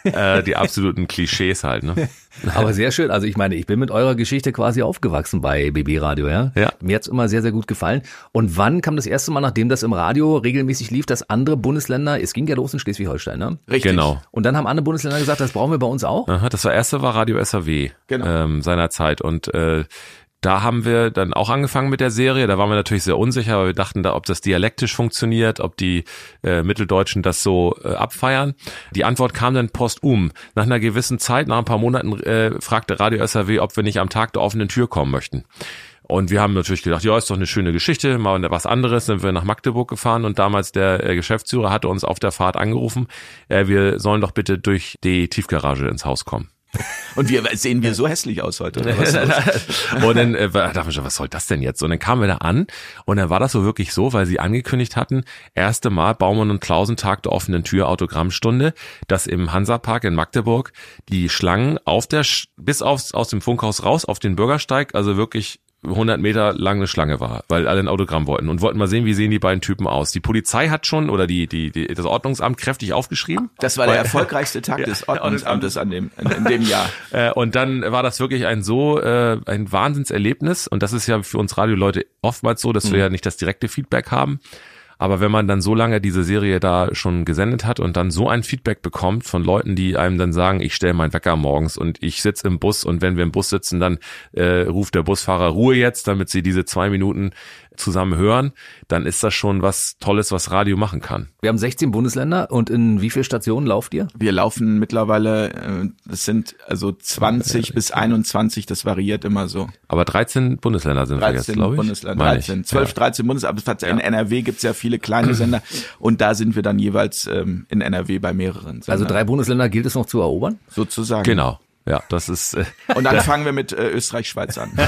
Die absoluten Klischees halt, ne? Aber sehr schön. Also ich meine, ich bin mit eurer Geschichte quasi aufgewachsen bei BB Radio, ja? Ja. Mir hat's immer sehr, sehr gut gefallen. Und wann kam das erste Mal, nachdem das im Radio regelmäßig lief, dass andere Bundesländer, es ging ja los in Schleswig-Holstein, ne? Richtig. Genau. Und dann haben andere Bundesländer gesagt, das brauchen wir bei uns auch? Aha, das erste war Radio SAW seinerzeit. Und da haben wir dann auch angefangen mit der Serie. Da waren wir natürlich sehr unsicher, weil wir dachten, ob das dialektisch funktioniert, ob die Mitteldeutschen das so abfeiern. Die Antwort kam dann postum. Nach einer gewissen Zeit, nach ein paar Monaten, fragte Radio SAW, ob wir nicht am Tag der offenen Tür kommen möchten. Und wir haben natürlich gedacht, ja, ist doch eine schöne Geschichte, mal was anderes. Dann sind wir nach Magdeburg gefahren und damals der Geschäftsführer hatte uns auf der Fahrt angerufen, wir sollen doch bitte durch die Tiefgarage ins Haus kommen. Und sehen wir so hässlich aus heute? Oder was? Und dann dachten wir schon, was soll das denn jetzt? Und dann kamen wir da an und dann war das so wirklich so, weil sie angekündigt hatten, erste Mal Baumann und Klausen Tag der offenen Tür Autogrammstunde, dass im Hansapark in Magdeburg die Schlangen bis aus dem Funkhaus raus auf den Bürgersteig, also wirklich 100 Meter lang eine Schlange war, weil alle ein Autogramm wollten und wollten mal sehen, wie sehen die beiden Typen aus. Die Polizei hat schon oder das Ordnungsamt kräftig aufgeschrieben. Das war der erfolgreichste Tag des Ordnungsamtes in dem Jahr. Und dann war das wirklich ein Wahnsinnserlebnis und das ist ja für uns Radioleute oftmals so, dass wir ja nicht das direkte Feedback haben. Aber wenn man dann so lange diese Serie da schon gesendet hat und dann so ein Feedback bekommt von Leuten, die einem dann sagen, ich stelle meinen Wecker morgens und ich sitze im Bus und wenn wir im Bus sitzen, dann ruft der Busfahrer Ruhe jetzt, damit sie diese 2 Minuten zusammen hören, dann ist das schon was Tolles, was Radio machen kann. Wir haben 16 Bundesländer und in wie viele Stationen lauft ihr? Wir laufen mittlerweile, das sind also 20 bis 21, das variiert immer so. Aber 13 Bundesländer sind wir jetzt, glaube ich. Bundesländer, 13, 12, 13 Bundesländer, aber in NRW gibt's ja viele kleine Sender und da sind wir dann jeweils in NRW bei mehreren Sendern. Also 3 Bundesländer gilt es noch zu erobern? Sozusagen. Genau. Ja, das ist. Und dann fangen wir mit Österreich-Schweiz an.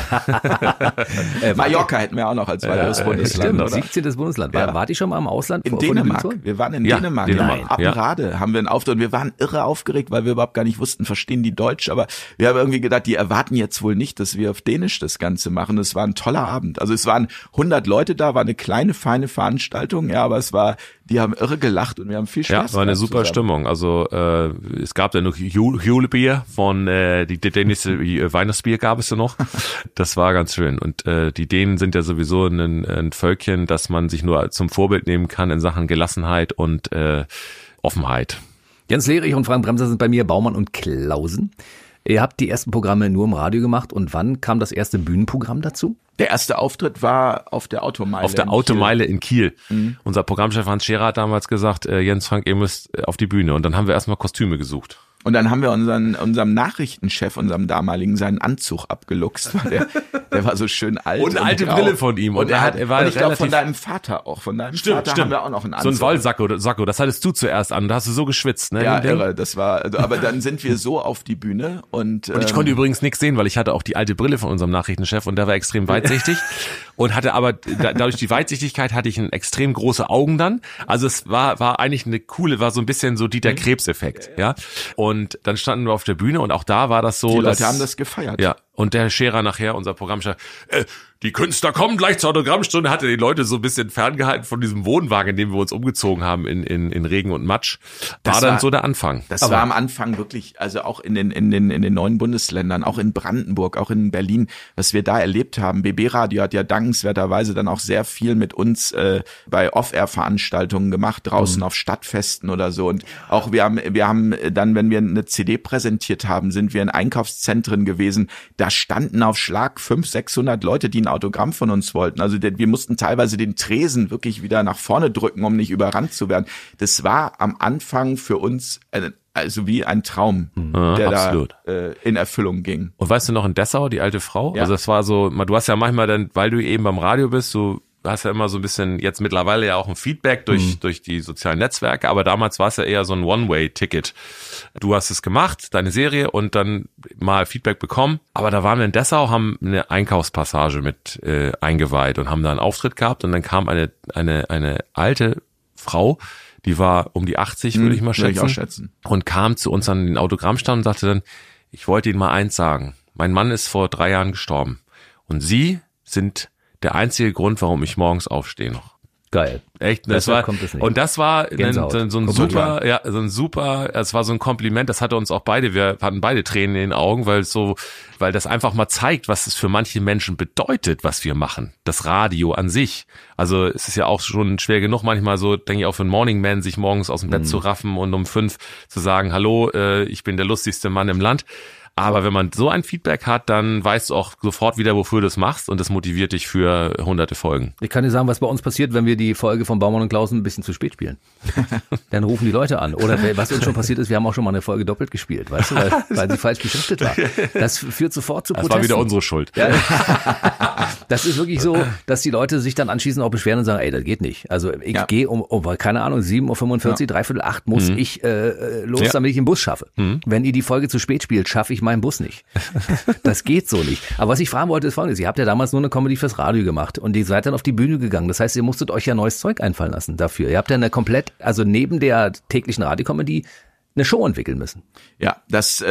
Mallorca hätten wir auch noch als weiteres Bundesland. Stimmt, 17. Bundesland. Wart ihr schon mal im Ausland? In Dänemark. Wir waren in Dänemark. Appenrade haben wir einen Auftritt. Und wir waren irre aufgeregt, weil wir überhaupt gar nicht wussten, verstehen die Deutsch. Aber wir haben irgendwie gedacht, die erwarten jetzt wohl nicht, dass wir auf Dänisch das Ganze machen. Es war ein toller Abend. Also es waren 100 Leute da, war eine kleine, feine Veranstaltung. Ja, aber die haben irre gelacht und wir haben viel Spaß. Ja, war eine super Stimmung. Also es gab ja noch Julebier von die dänische Weihnachtsbier gab es ja noch. Das war ganz schön. Und die Dänen sind ja sowieso ein Völkchen, das man sich nur zum Vorbild nehmen kann in Sachen Gelassenheit und Offenheit. Jens Lehrich und Frank Bremser sind bei mir, Baumann und Klausen. Ihr habt die ersten Programme nur im Radio gemacht und wann kam das erste Bühnenprogramm dazu? Der erste Auftritt war auf der Automeile. Auf der Automeile in Kiel. Unser Programmchef Hans Scherer hat damals gesagt, Jens, Frank, ihr müsst auf die Bühne. Und dann haben wir erstmal Kostüme gesucht. Und dann haben wir unserem Nachrichtenchef, unserem damaligen, seinen Anzug abgeluchst. Der war so schön alt. Und eine alte Brille von ihm. Und ich glaube von deinem Vater auch. Von deinem Vater haben wir auch noch einen Anzug. So ein Wollsacko, das hattest du zuerst an. Da hast du so geschwitzt, ne? Ja, irre. Das war, aber dann sind wir so auf die Bühne und ich konnte übrigens nichts sehen, weil ich hatte auch die alte Brille von unserem Nachrichtenchef und der war extrem weitsichtig und hatte aber dadurch die Weitsichtigkeit hatte ich extrem große Augen dann. Also es war eigentlich war so ein bisschen so Dieter Krebs-Effekt, ja. Und dann standen wir auf der Bühne und auch da war das so. Die Leute haben das gefeiert. Ja. Und der Scherer nachher, unser Programmchef, die Künstler kommen gleich zur Autogrammstunde, hatte die Leute so ein bisschen ferngehalten von diesem Wohnwagen, in dem wir uns umgezogen haben in Regen und Matsch. War dann so der Anfang. Das war am Anfang wirklich, also auch in den neuen Bundesländern, auch in Brandenburg, auch in Berlin, was wir da erlebt haben. BB Radio hat ja dankenswerterweise dann auch sehr viel mit uns bei Off-Air-Veranstaltungen gemacht, draußen auf Stadtfesten oder so. Und auch wir haben dann, wenn wir eine CD präsentiert haben, sind wir in Einkaufszentren gewesen. Da standen auf Schlag 500, 600 Leute, die ein Autogramm von uns wollten. Also wir mussten teilweise den Tresen wirklich wieder nach vorne drücken, um nicht überrannt zu werden. Das war am Anfang für uns also wie ein Traum, der absolut da in Erfüllung ging. Und weißt du noch in Dessau, die alte Frau? Ja. Also es war so, du hast ja manchmal dann, weil du eben beim Radio bist, du hast ja immer so ein bisschen, jetzt mittlerweile ja auch ein Feedback durch die sozialen Netzwerke, aber damals war es ja eher so ein One-Way-Ticket. Du hast es gemacht, deine Serie, und dann mal Feedback bekommen. Aber da waren wir in Dessau, haben eine Einkaufspassage mit eingeweiht und haben da einen Auftritt gehabt und dann kam eine alte Frau, die war um die 80, würde ich mal schätzen. Würde ich auch schätzen. Und kam zu uns an den Autogrammstand und sagte dann, ich wollte Ihnen mal eins sagen. Mein Mann ist vor 3 Jahren gestorben. Und Sie sind der einzige Grund, warum ich morgens aufstehe noch. Geil. Echt, das war, und das war so ein super, es war so ein Kompliment, das hatte uns auch beide, wir hatten beide Tränen in den Augen, weil das einfach mal zeigt, was es für manche Menschen bedeutet, was wir machen. Das Radio an sich. Also es ist ja auch schon schwer genug manchmal so, denke ich auch für einen Morning Man, sich morgens aus dem Bett zu raffen und um 5 zu sagen, hallo, ich bin der lustigste Mann im Land. Aber wenn man so ein Feedback hat, dann weißt du auch sofort wieder, wofür du es machst und das motiviert dich für hunderte Folgen. Ich kann dir sagen, was bei uns passiert, wenn wir die Folge von Baumann und Klausen ein bisschen zu spät spielen. Dann rufen die Leute an. Oder was uns schon passiert ist, wir haben auch schon mal eine Folge doppelt gespielt, weißt du, weil sie falsch beschriftet war. Das führt sofort zu Protesten. Das war wieder unsere Schuld. Ja. Das ist wirklich so, dass die Leute sich dann anschließend auch beschweren und sagen, ey, das geht nicht. Also ich gehe keine Ahnung, 7:45 Uhr, 7:45, muss ich los, damit ich den Bus schaffe. Wenn ihr die Folge zu spät spielt, schaffe ich meinen Bus nicht. Das geht so nicht. Aber was ich fragen wollte, ist Folgendes. Ihr habt ja damals nur eine Comedy fürs Radio gemacht und ihr seid dann auf die Bühne gegangen. Das heißt, ihr musstet euch ja neues Zeug einfallen lassen dafür. Ihr habt ja also neben der täglichen Radiokomödie eine Show entwickeln müssen. Ja, das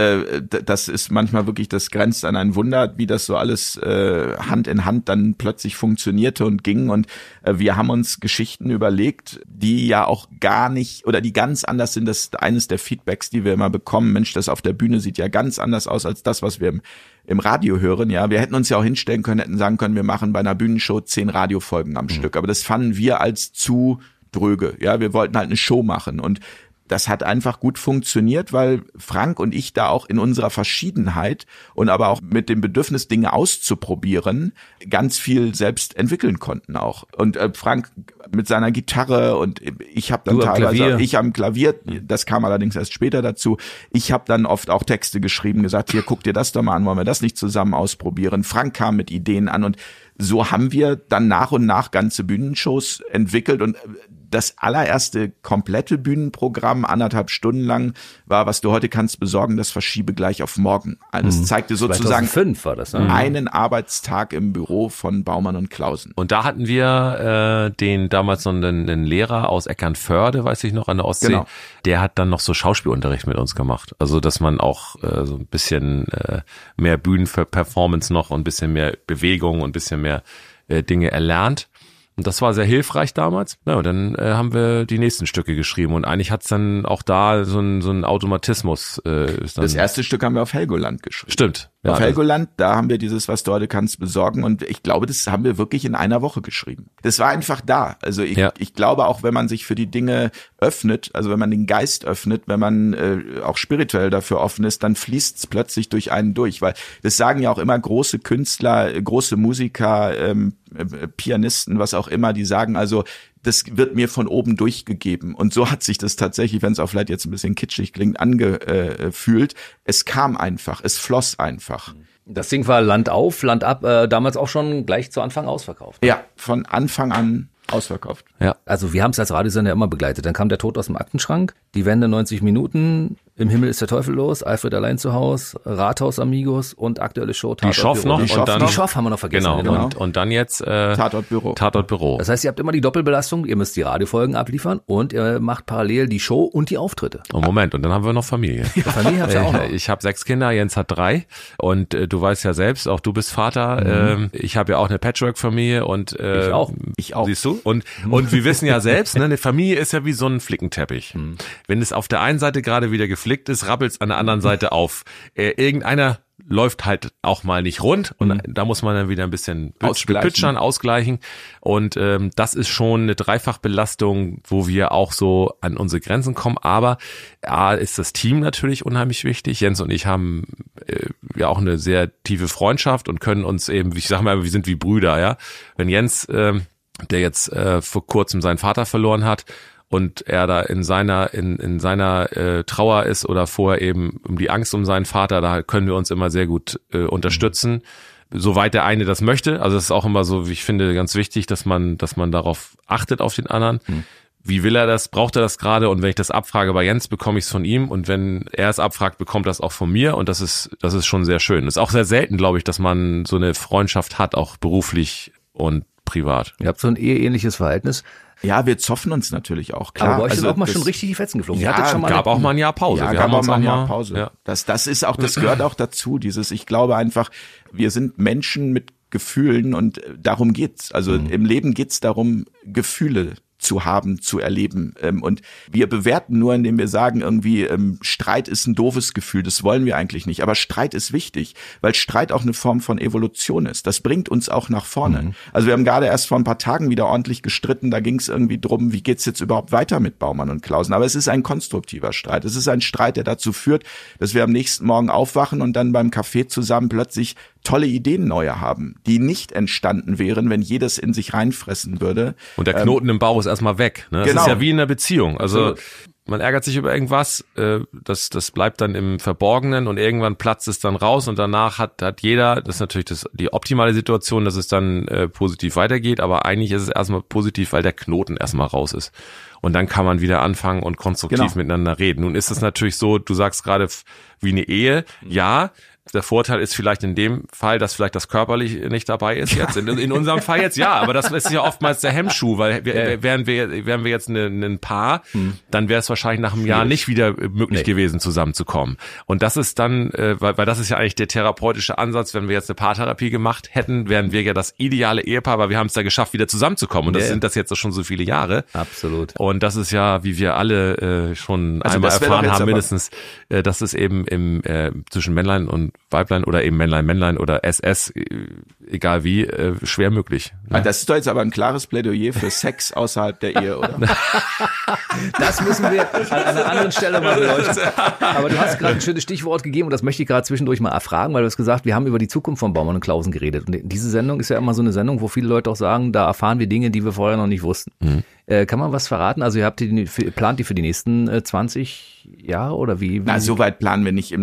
ist manchmal wirklich, das grenzt an ein Wunder, wie das so alles Hand in Hand dann plötzlich funktionierte und ging. Und wir haben uns Geschichten überlegt, die ja auch gar nicht oder die ganz anders sind. Das ist eines der Feedbacks, die wir immer bekommen. Mensch, das auf der Bühne sieht ja ganz anders aus als das, was wir im Radio hören. Ja, wir hätten uns ja auch hinstellen können, hätten sagen können, wir machen bei einer Bühnenshow 10 Radiofolgen am Stück. Aber das fanden wir als zu dröge. Ja, wir wollten halt eine Show machen und das hat einfach gut funktioniert, weil Frank und ich da auch in unserer Verschiedenheit und aber auch mit dem Bedürfnis, Dinge auszuprobieren, ganz viel selbst entwickeln konnten auch. Und Frank mit seiner Gitarre und ich habe dann ich am Klavier, das kam allerdings erst später dazu. Ich habe dann oft auch Texte geschrieben, gesagt, hier, guck dir das doch mal an, wollen wir das nicht zusammen ausprobieren? Frank kam mit Ideen an und so haben wir dann nach und nach ganze Bühnenshows entwickelt und das allererste komplette Bühnenprogramm, 1,5 Stunden lang, war, was du heute kannst besorgen, das verschiebe gleich auf morgen. Das zeigte sozusagen 2005 war das, ne? Einen Arbeitstag im Büro von Baumann und Klausen. Und da hatten wir den damals noch einen Lehrer aus Eckernförde, weiß ich noch, an der Ostsee. Genau. Der hat dann noch so Schauspielunterricht mit uns gemacht. Also, dass man auch so ein bisschen mehr Bühnenperformance noch und ein bisschen mehr Bewegung und ein bisschen mehr Dinge erlernt. Und das war sehr hilfreich damals. Ja, und dann haben wir die nächsten Stücke geschrieben und eigentlich hat's dann auch da so ein Automatismus. Das erste Stück haben wir auf Helgoland geschrieben. Stimmt. Ja, auf Helgoland, da haben wir dieses, was du heute kannst, besorgen und ich glaube, das haben wir wirklich in einer Woche geschrieben. Das war einfach da. Also ich glaube auch, wenn man sich für die Dinge öffnet, also wenn man den Geist öffnet, wenn man auch spirituell dafür offen ist, dann fließt's plötzlich durch einen durch, weil das sagen ja auch immer große Künstler, große Musiker, Pianisten, was auch immer, die sagen also, das wird mir von oben durchgegeben. Und so hat sich das tatsächlich, wenn es auch vielleicht jetzt ein bisschen kitschig klingt, angefühlt. Es kam einfach, es floss einfach. Das Ding war Land auf, Land ab, damals auch schon gleich zu Anfang ausverkauft. Ja, von Anfang an ausverkauft. Ja, also wir haben es als Radiosender immer begleitet. Dann kam der Tod aus dem Aktenschrank, die Wende 90 Minuten, Im Himmel ist der Teufel los, Alfred allein zu Haus, Rathaus Amigos und aktuelle Show Tatort Die Schoff noch. Die Schoff haben wir noch vergessen. Genau. Und dann jetzt Tatort Büro. Das heißt, ihr habt immer die Doppelbelastung, ihr müsst die Radiofolgen abliefern und ihr macht parallel die Show und die Auftritte. Oh Moment, und dann haben wir noch Familie. Familie habt ihr auch noch. Ich habe 6 Kinder, Jens hat 3 und du weißt ja selbst, auch du bist Vater. Ich habe ja auch eine Patchwork-Familie und ich auch. Siehst du? Und wir wissen ja selbst, ne, eine Familie ist ja wie so ein Flickenteppich. Wenn es auf der einen Seite gerade wieder geflickt ist, rappelt's an der anderen Seite auf. Irgendeiner läuft halt auch mal nicht rund und da muss man dann wieder ein bisschen ausgleichen und das ist schon eine Dreifachbelastung, wo wir auch so an unsere Grenzen kommen, aber ist das Team natürlich unheimlich wichtig. Jens und ich haben ja auch eine sehr tiefe Freundschaft und können uns eben, ich sag mal, wir sind wie Brüder, ja. Wenn Jens, der jetzt vor kurzem seinen Vater verloren hat, und er da in seiner Trauer ist oder vorher eben um die Angst um seinen Vater, da können wir uns immer sehr gut unterstützen, soweit der eine das möchte. Also es ist auch immer so, wie ich finde, ganz wichtig, dass man darauf achtet auf den anderen. Wie will er das? Braucht er das gerade? Und wenn ich das abfrage bei Jens, bekomme ich es von ihm. Und wenn er es abfragt, bekommt er es auch von mir. Und das ist schon sehr schön. Das ist auch sehr selten, glaube ich, dass man so eine Freundschaft hat, auch beruflich und privat. Ihr habt so ein eheähnliches Verhältnis. Ja, wir zoffen uns natürlich auch, klar. Aber bei euch sind auch mal schon richtig die Fetzen geflogen. Ja, gab auch mal ein Jahr Pause. Ja, gab auch mal ein Jahr Pause. Ja. Das ist auch, das gehört auch dazu, ich glaube einfach, wir sind Menschen mit Gefühlen und darum geht's. Also im Leben geht's darum, Gefühle zu haben, zu erleben. Und wir bewerten nur, indem wir sagen, irgendwie Streit ist ein doofes Gefühl, das wollen wir eigentlich nicht. Aber Streit ist wichtig, weil Streit auch eine Form von Evolution ist. Das bringt uns auch nach vorne. Also wir haben gerade erst vor ein paar Tagen wieder ordentlich gestritten, da ging es irgendwie drum, wie geht's jetzt überhaupt weiter mit Baumann und Clausen. Aber es ist ein konstruktiver Streit. Es ist ein Streit, der dazu führt, dass wir am nächsten Morgen aufwachen und dann beim Kaffee zusammen plötzlich tolle Ideen neue haben, die nicht entstanden wären, wenn jedes in sich reinfressen würde. Und der Knoten im Bauch ist erstmal weg. Ne? Das genau. ist ja wie in einer Beziehung. Also man ärgert sich über irgendwas, das bleibt dann im Verborgenen und irgendwann platzt es dann raus und danach hat jeder, das ist natürlich die optimale Situation, dass es dann positiv weitergeht, aber eigentlich ist es erstmal positiv, weil der Knoten erstmal raus ist. Und dann kann man wieder anfangen und konstruktiv miteinander reden. Nun ist es natürlich so, du sagst gerade wie eine Ehe, ja. Der Vorteil ist vielleicht in dem Fall, dass vielleicht das körperlich nicht dabei ist jetzt. In unserem Fall jetzt ja, aber das ist ja oftmals der Hemmschuh, weil wären wir jetzt ein Paar, dann wäre es wahrscheinlich nach einem Jahr nicht wieder möglich gewesen, zusammenzukommen. Und das ist dann, weil das ist ja eigentlich der therapeutische Ansatz, wenn wir jetzt eine Paartherapie gemacht hätten, wären wir ja das ideale Ehepaar, weil wir haben es ja geschafft, wieder zusammenzukommen. Und das sind das jetzt schon so viele Jahre. Absolut. Und das ist ja, wie wir alle schon einmal erfahren haben, mindestens, dass es eben zwischen Männlein und Weiblein oder eben Männlein oder SS, egal wie, schwer möglich. Ne? Das ist doch jetzt aber ein klares Plädoyer für Sex außerhalb der Ehe, oder? Das müssen wir an einer anderen Stelle mal beleuchten. Aber du hast gerade ein schönes Stichwort gegeben und das möchte ich gerade zwischendurch mal erfragen, weil du hast gesagt, wir haben über die Zukunft von Baumann und Clausen geredet. Und diese Sendung ist ja immer so eine Sendung, wo viele Leute auch sagen, da erfahren wir Dinge, die wir vorher noch nicht wussten. Kann man was verraten? Also plant die für die nächsten 20 Jahre oder wie? Na, so weit planen wir nicht.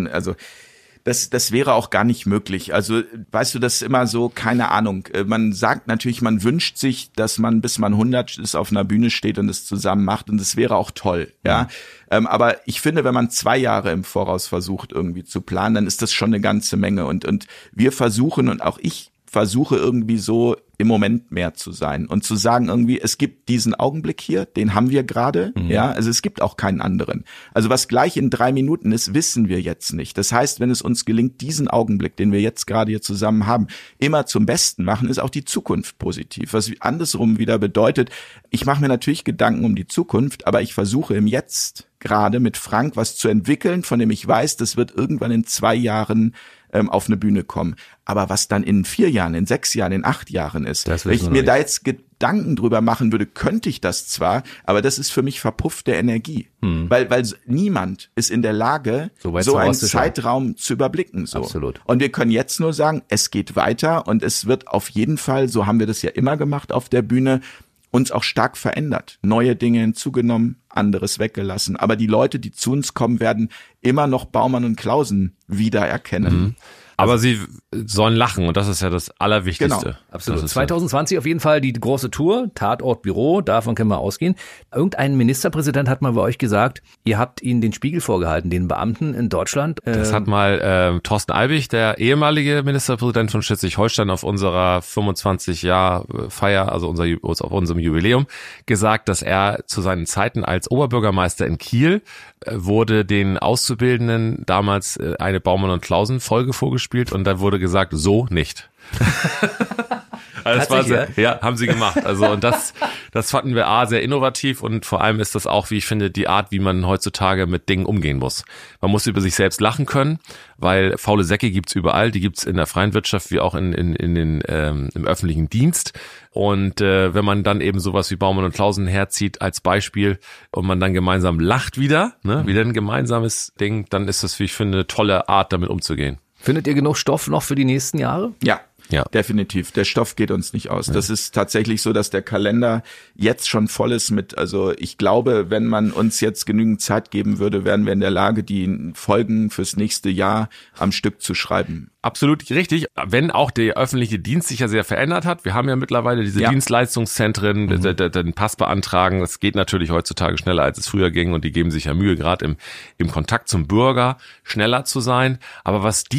Das wäre auch gar nicht möglich. Also, weißt du, das ist immer so, keine Ahnung. Man sagt natürlich, man wünscht sich, dass man, bis man 100 ist, auf einer Bühne steht und es zusammen macht. Und das wäre auch toll, ja. Aber ich finde, wenn man 2 Jahre im Voraus versucht, irgendwie zu planen, dann ist das schon eine ganze Menge. Und wir versuchen, und auch ich versuche irgendwie so im Moment mehr zu sein und zu sagen irgendwie, es gibt diesen Augenblick hier, den haben wir gerade, ja, also es gibt auch keinen anderen. Also was gleich in 3 Minuten ist, wissen wir jetzt nicht. Das heißt, wenn es uns gelingt, diesen Augenblick, den wir jetzt gerade hier zusammen haben, immer zum Besten machen, ist auch die Zukunft positiv. Was andersrum wieder bedeutet, ich mache mir natürlich Gedanken um die Zukunft, aber ich versuche im Jetzt gerade mit Frank was zu entwickeln, von dem ich weiß, das wird irgendwann in 2 Jahren auf eine Bühne kommen. Aber was dann in 4 Jahren, in 6 Jahren, in 8 Jahren ist, wenn ich mir da jetzt Gedanken drüber machen würde, könnte ich das zwar, aber das ist für mich verpuffte Energie. Weil niemand ist in der Lage, so einen Zeitraum zu überblicken. So. Absolut. Und wir können jetzt nur sagen, es geht weiter und es wird auf jeden Fall, so haben wir das ja immer gemacht auf der Bühne, uns auch stark verändert. Neue Dinge hinzugenommen, anderes weggelassen. Aber die Leute, die zu uns kommen, werden immer noch Baumann und Clausen wiedererkennen. Aber sie sollen lachen und das ist ja das Allerwichtigste. Genau, absolut. 2020 auf jeden Fall die große Tour, Tatort Büro, davon können wir ausgehen. Irgendein Ministerpräsident hat mal bei euch gesagt, ihr habt ihnen den Spiegel vorgehalten, den Beamten in Deutschland. Das hat mal Thorsten Albig, der ehemalige Ministerpräsident von Schleswig-Holstein, auf unserer 25-Jahr-Feier, also auf unserem Jubiläum, gesagt, dass er zu seinen Zeiten als Oberbürgermeister in Kiel wurde den Auszubildenden damals eine Baumann und Clausen Folge vorgespielt und da wurde gesagt, so nicht. Also das war sehr, ja, haben sie gemacht. Also und das fanden wir sehr innovativ und vor allem ist das auch, wie ich finde, die Art, wie man heutzutage mit Dingen umgehen muss. Man muss über sich selbst lachen können, weil faule Säcke gibt's überall. Die gibt's in der freien Wirtschaft wie auch im öffentlichen Dienst. Und wenn man dann eben sowas wie Baumann und Clausen herzieht als Beispiel und man dann gemeinsam lacht wieder ein gemeinsames Ding, dann ist das, wie ich finde, eine tolle Art, damit umzugehen. Findet ihr genug Stoff noch für die nächsten Jahre? Ja, definitiv. Der Stoff geht uns nicht aus. Ja. Das ist tatsächlich so, dass der Kalender jetzt schon voll ist mit, also ich glaube, wenn man uns jetzt genügend Zeit geben würde, wären wir in der Lage, die Folgen fürs nächste Jahr am Stück zu schreiben. Absolut richtig, wenn auch der öffentliche Dienst sich ja sehr verändert hat. Wir haben ja mittlerweile diese Dienstleistungszentren, den Pass beantragen. Das geht natürlich heutzutage schneller, als es früher ging und die geben sich ja Mühe, gerade im Kontakt zum Bürger schneller zu sein. Aber was die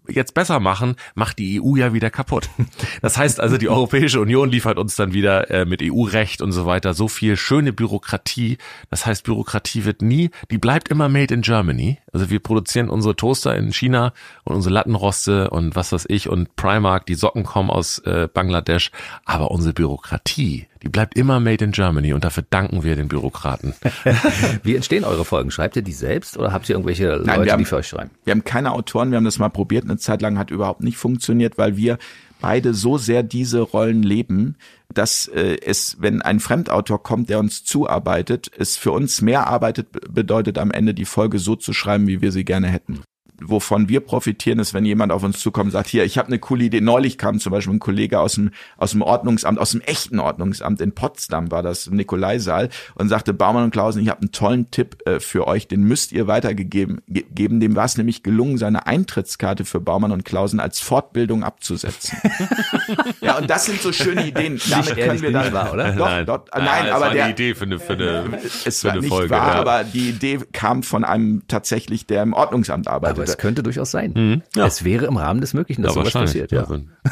jetzt besser machen, macht die EU ja wieder kaputt. Das heißt also, die Europäische Union liefert uns dann wieder mit EU-Recht und so weiter so viel schöne Bürokratie. Das heißt, Bürokratie die bleibt immer made in Germany. Also wir produzieren unsere Toaster in China und unsere Lattenroste und was weiß ich und Primark, die Socken kommen aus Bangladesch. Aber unsere Bürokratie, die bleibt immer made in Germany und dafür danken wir den Bürokraten. Wie entstehen eure Folgen? Schreibt ihr die selbst oder habt ihr irgendwelche Leute, die für euch schreiben? Wir haben keine Autoren, wir haben das mal probiert, eine Zeit lang hat überhaupt nicht funktioniert, weil wir beide so sehr diese Rollen leben, dass es, wenn ein Fremdautor kommt, der uns zuarbeitet, es für uns mehr Arbeit bedeutet, am Ende die Folge so zu schreiben, wie wir sie gerne hätten. Wovon wir profitieren, ist, wenn jemand auf uns zukommt und sagt, hier, ich habe eine coole Idee. Neulich kam zum Beispiel ein Kollege aus dem Ordnungsamt, aus dem echten Ordnungsamt in Potsdam, war das, im Nikolaisaal, und sagte, Baumann und Klausen, ich habe einen tollen Tipp für euch, den müsst ihr weitergeben. Dem war es nämlich gelungen, seine Eintrittskarte für Baumann und Klausen als Fortbildung abzusetzen. Ja, und das sind so schöne Ideen. Damit können wir dann, wahr, oder? Nein, aber die Idee für eine es war nicht Folge, wahr, ja. aber die Idee kam von einem tatsächlich, der im Ordnungsamt arbeitet. Aber es könnte durchaus sein. Ja. Es wäre im Rahmen des Möglichen, dass sowas passiert. Ja.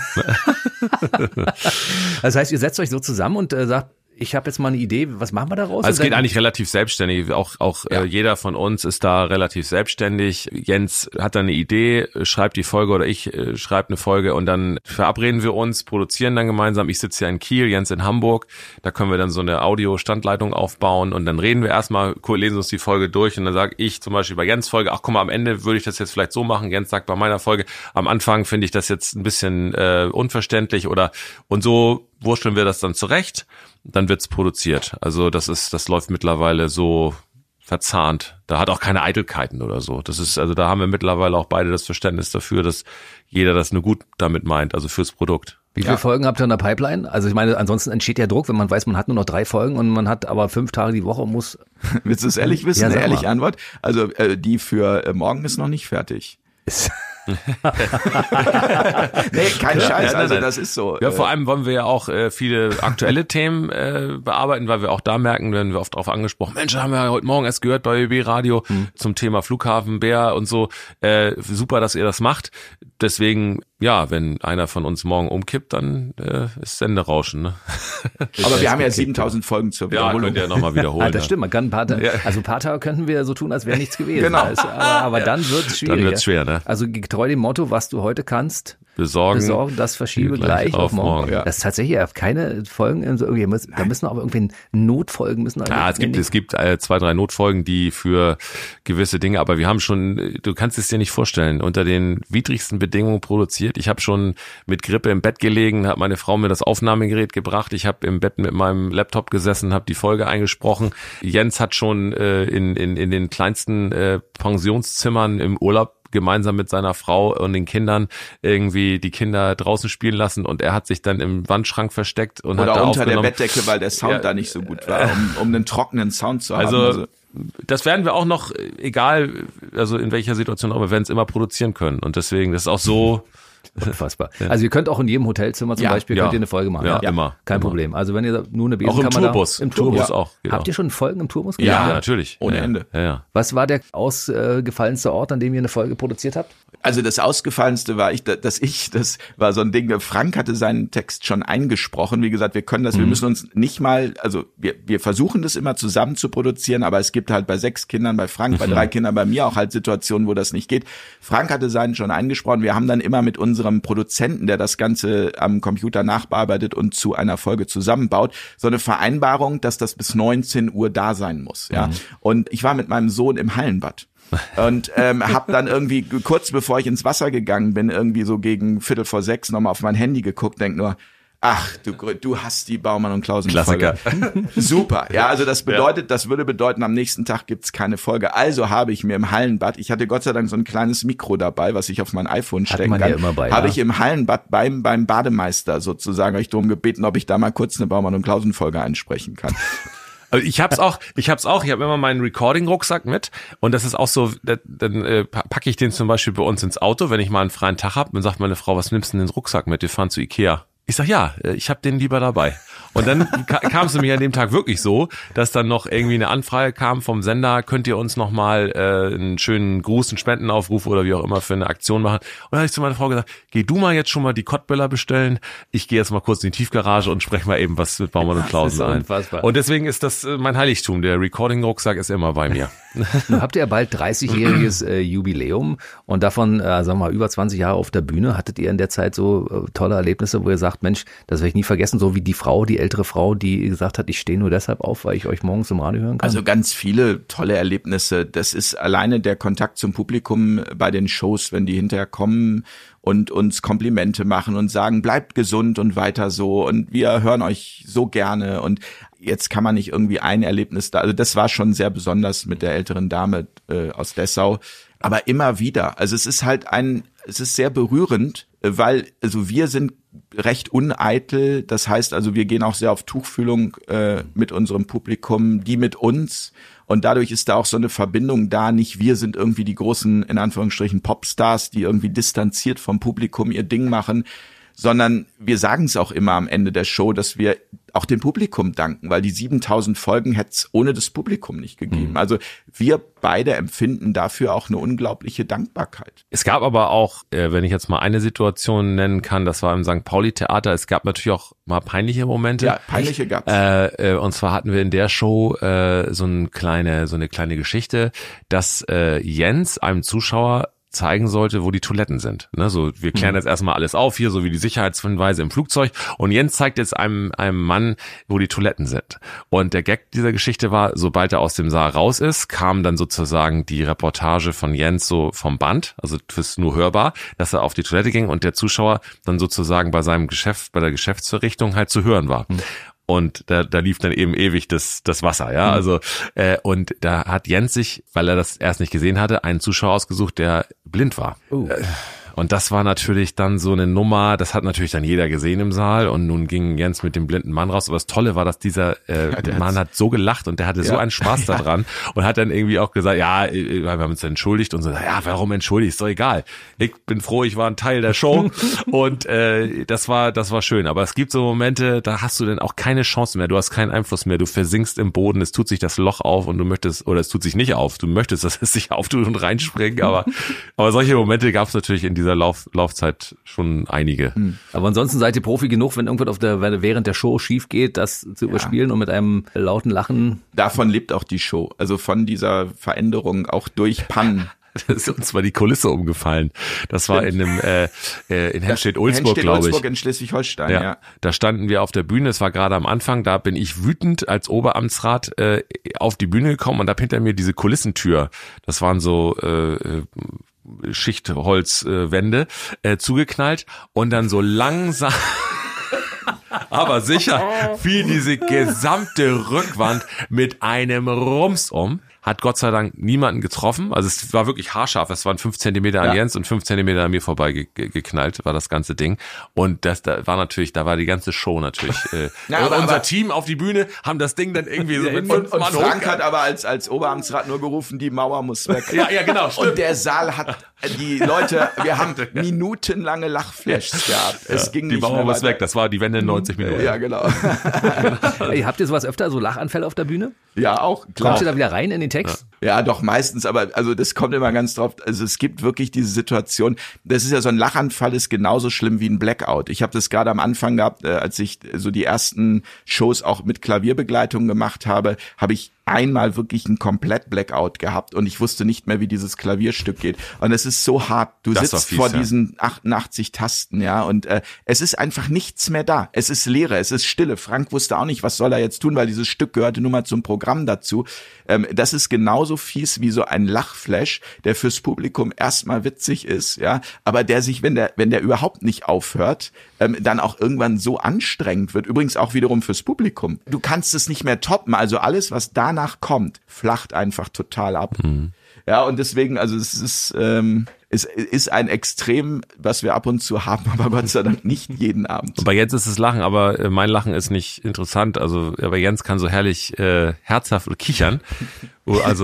Das heißt, ihr setzt euch so zusammen und sagt, ich habe jetzt mal eine Idee, was machen wir daraus? Also es geht eigentlich relativ selbstständig. Auch jeder von uns ist da relativ selbstständig. Jens hat da eine Idee, schreibt die Folge oder ich schreibe eine Folge und dann verabreden wir uns, produzieren dann gemeinsam. Ich sitze ja in Kiel, Jens in Hamburg. Da können wir dann so eine Audio-Standleitung aufbauen und dann reden wir erstmal, lesen uns die Folge durch und dann sage ich zum Beispiel bei Jens Folge, ach guck mal, am Ende würde ich das jetzt vielleicht so machen. Jens sagt bei meiner Folge, am Anfang finde ich das jetzt ein bisschen unverständlich und so wurschteln wir das dann zurecht. Dann wird's produziert. Also das läuft mittlerweile so verzahnt. Da hat auch keine Eitelkeiten oder so. Da haben wir mittlerweile auch beide das Verständnis dafür, dass jeder das nur gut damit meint, also fürs Produkt. Wie viele Folgen habt ihr in der Pipeline? Also ich meine, ansonsten entsteht ja Druck, wenn man weiß, man hat nur noch 3 Folgen und man hat aber 5 Tage die Woche und muss... Willst du es ehrlich wissen? Ja, eine sag ehrliche mal. Antwort. Also die für morgen ist noch nicht fertig. Nee, kein Scheiß, also das ist so. Ja, vor allem wollen wir ja auch viele aktuelle Themen bearbeiten, weil wir auch da merken, werden wir oft darauf angesprochen, Mensch, haben wir ja heute Morgen erst gehört bei ÖB Radio zum Thema Flughafen, Bär und so. Super, dass ihr das macht. Deswegen, ja, wenn einer von uns morgen umkippt, dann ist Senderauschen. Ne? Aber wir haben ja 7000 Folgen zur Ja, Wiederholung. könnt ihr nochmal wiederholen. Das stimmt, man kann ein paar Tage, also ein paar Tage könnten wir so tun, als wäre nichts gewesen. Genau. Also, aber dann wird's schwierig. Dann wird's schwer, ne? Also getreu dem Motto, was du heute kannst, Besorgen, das verschiebe gleich auf morgen. Ja. Das ist tatsächlich keine Folgen, da müssen aber irgendwie Notfolgen müssen. Ja, es gibt 2, 3 Notfolgen, die für gewisse Dinge, aber wir haben schon, du kannst es dir nicht vorstellen, unter den widrigsten Bedingungen produziert. Ich habe schon mit Grippe im Bett gelegen, hat meine Frau mir das Aufnahmegerät gebracht. Ich habe im Bett mit meinem Laptop gesessen, habe die Folge eingesprochen. Jens hat schon in den kleinsten Pensionszimmern im Urlaub gemeinsam mit seiner Frau und den Kindern irgendwie die Kinder draußen spielen lassen und er hat sich dann im Wandschrank versteckt und hat da Oder unter der aufgenommen. Bettdecke, weil der Sound da nicht so gut war, um einen trockenen Sound zu haben. Also das werden wir auch noch, egal, also in welcher Situation auch, wir werden es immer produzieren können und deswegen, das ist auch so... Unfassbar. Also ihr könnt auch in jedem Hotelzimmer zum Beispiel könnt ihr eine Folge machen. Ja, immer. Kein immer. Problem. Also wenn ihr nur eine Auch im Besenkammer Tourbus. Im Tourbus auch. Genau. Habt ihr schon Folgen im Tourbus Ja, gemacht? natürlich. Ohne ja, Ende. Ja. Was war der ausgefallenste Ort, an dem ihr eine Folge produziert habt? Also das Ausgefallenste war das war so ein Ding, Frank hatte seinen Text schon eingesprochen. Wie gesagt, wir können das, wir müssen uns nicht mal, also wir versuchen das immer zusammen zu produzieren, aber es gibt halt bei 6 Kindern, bei Frank, bei 3 Kindern, bei mir auch halt Situationen, wo das nicht geht. Frank hatte seinen schon eingesprochen. Wir haben dann immer mit unserem Produzenten, der das Ganze am Computer nachbearbeitet und zu einer Folge zusammenbaut, so eine Vereinbarung, dass das bis 19 Uhr da sein muss. Ja. Und ich war mit meinem Sohn im Hallenbad. Und habe dann irgendwie kurz bevor ich ins Wasser gegangen bin, irgendwie so gegen 5:45 nochmal auf mein Handy geguckt, denk nur, ach, du hast die Baumann und Klausen Klassiker. Folge. Super. Ja, also das würde bedeuten, am nächsten Tag gibt's keine Folge. Also habe ich mir im Hallenbad, ich hatte Gott sei Dank so ein kleines Mikro dabei, was ich auf mein iPhone stecken man kann. ja immer bei, habe ja. ich im Hallenbad beim Bademeister sozusagen, habe ich darum gebeten, ob ich da mal kurz eine Baumann und Klausen Folge einsprechen kann. Also ich habe immer meinen Recording-Rucksack mit und das ist auch so, dann packe ich den zum Beispiel bei uns ins Auto, wenn ich mal einen freien Tag habe, dann sagt meine Frau, was nimmst du denn den Rucksack mit? Wir fahren zu Ikea. Ich sag, ja, ich habe den lieber dabei. Und dann kam es nämlich an dem Tag wirklich so, dass dann noch irgendwie eine Anfrage kam vom Sender, könnt ihr uns nochmal einen schönen Gruß, einen Spendenaufruf oder wie auch immer für eine Aktion machen. Und dann habe ich zu meiner Frau gesagt, geh du mal jetzt schon mal die Kottböller bestellen. Ich gehe jetzt mal kurz in die Tiefgarage und spreche mal eben was mit Baumann und Klausen ein. Und deswegen ist das mein Heiligtum. Der Recording-Rucksack ist immer bei mir. Nun habt ihr bald 30-jähriges Jubiläum und davon, sagen wir mal, über 20 Jahre auf der Bühne. Hattet ihr in der Zeit so tolle Erlebnisse, wo ihr sagt, Mensch, das werde ich nie vergessen, so wie die ältere Frau, die gesagt hat, ich stehe nur deshalb auf, weil ich euch morgens im Radio hören kann? Also ganz viele tolle Erlebnisse. Das ist alleine der Kontakt zum Publikum bei den Shows, wenn die hinterher kommen und uns Komplimente machen und sagen, bleibt gesund und weiter so und wir hören euch so gerne und jetzt kann man nicht irgendwie ein Erlebnis da, also das war schon sehr besonders mit der älteren Dame aus Dessau, aber immer wieder, also es ist sehr berührend, weil also wir sind recht uneitel, das heißt also wir gehen auch sehr auf Tuchfühlung mit unserem Publikum, die mit uns und dadurch ist da auch so eine Verbindung da, nicht wir sind irgendwie die großen, in Anführungsstrichen, Popstars, die irgendwie distanziert vom Publikum ihr Ding machen, sondern wir sagen es auch immer am Ende der Show, dass wir auch dem Publikum danken, weil die 7000 Folgen hätte es ohne das Publikum nicht gegeben. Also wir beide empfinden dafür auch eine unglaubliche Dankbarkeit. Es gab aber auch, wenn ich jetzt mal eine Situation nennen kann, das war im St. Pauli-Theater, es gab natürlich auch mal peinliche Momente. Ja, peinliche gab's. Und zwar hatten wir in der Show so eine kleine Geschichte, dass Jens einem Zuschauer zeigen sollte, wo die Toiletten sind. Ne, so, wir klären jetzt erstmal alles auf hier, so wie die Sicherheitshinweise im Flugzeug. Und Jens zeigt jetzt einem Mann, wo die Toiletten sind. Und der Gag dieser Geschichte war, sobald er aus dem Saal raus ist, kam dann sozusagen die Reportage von Jens so vom Band, also fürs nur hörbar, dass er auf die Toilette ging und der Zuschauer dann sozusagen bei seinem Geschäft, bei der Geschäftsverrichtung halt zu hören war. Und da lief dann eben ewig das Wasser, ja. Also und da hat Jens sich, weil er das erst nicht gesehen hatte, einen Zuschauer ausgesucht, der blind war. Und das war natürlich dann so eine Nummer, das hat natürlich dann jeder gesehen im Saal und nun ging Jens mit dem blinden Mann raus. Aber das Tolle war, dass dieser Mann hat so gelacht und der hatte so einen Spaß daran und hat dann irgendwie auch gesagt, ja, wir haben uns entschuldigt und so, ja, warum entschuldigt, ist doch egal. Ich bin froh, ich war ein Teil der Show und das war schön. Aber es gibt so Momente, da hast du dann auch keine Chance mehr, du hast keinen Einfluss mehr, du versinkst im Boden, es tut sich das Loch auf und du möchtest, oder es tut sich nicht auf, du möchtest, dass es sich auftut und reinspringt, aber solche Momente gab es natürlich in dieser Laufzeit schon einige. Aber ansonsten seid ihr Profi genug, wenn irgendwas während der Show schief geht, das zu überspielen und mit einem lauten Lachen. Davon lebt auch die Show, also von dieser Veränderung, auch durch Pannen. Das ist uns mal die Kulisse umgefallen. Das war in einem in Hemstedt-Ulzburg, glaube ich. In Schleswig-Holstein, ja. Da standen wir auf der Bühne, es war gerade am Anfang, da bin ich wütend als Oberamtsrat auf die Bühne gekommen und hab hinter mir diese Kulissentür, das waren so Schichtholzwände zugeknallt und dann so langsam aber sicher fiel diese gesamte Rückwand mit einem Rums um. Hat Gott sei Dank niemanden getroffen. Also es war wirklich haarscharf. Es waren 5 Zentimeter an Jens und 5 Zentimeter an mir vorbei geknallt, war das ganze Ding. Und da war die ganze Show natürlich. Unser Team auf die Bühne haben das Ding dann irgendwie so mit 5 Mann hoch. Frank hat aber als Oberamtsrat nur gerufen, die Mauer muss weg. Ja, genau. Stimmt. Und der Saal hat die Leute, wir haben minutenlange Lachflashs gehabt. Es ging die nicht Mauer mehr muss weiter. weg. Das war die Wende in 90 Minuten. Ja, genau. Habt ihr sowas öfter, so Lachanfälle auf der Bühne? Ja, auch, klar. Kommst du da wieder rein in den Text? Ja, doch, meistens, aber also das kommt immer ganz drauf, also es gibt wirklich diese Situation, das ist ja so ein Lachanfall ist genauso schlimm wie ein Blackout. Ich habe das gerade am Anfang gehabt, als ich so die ersten Shows auch mit Klavierbegleitung gemacht habe ich einmal wirklich ein komplett Blackout gehabt und ich wusste nicht mehr, wie dieses Klavierstück geht. Und es ist so hart. Du sitzt vor diesen 88 Tasten, ja, und es ist einfach nichts mehr da. Es ist Leere, es ist Stille. Frank wusste auch nicht, was soll er jetzt tun, weil dieses Stück gehörte nun mal zum Programm dazu. Das ist genauso fies wie so ein Lachflash, der fürs Publikum erstmal witzig ist, ja, aber der sich, wenn der überhaupt nicht aufhört, dann auch irgendwann so anstrengend wird. Übrigens auch wiederum fürs Publikum. Du kannst es nicht mehr toppen. Also alles, was danach kommt, flacht einfach total ab. Ja, und deswegen, also es ist ein Extrem, was wir ab und zu haben, aber Gott sei Dank nicht jeden Abend. Und bei Jens ist es Lachen, aber mein Lachen ist nicht interessant. Also, aber Jens kann so herrlich herzhaft kichern. Also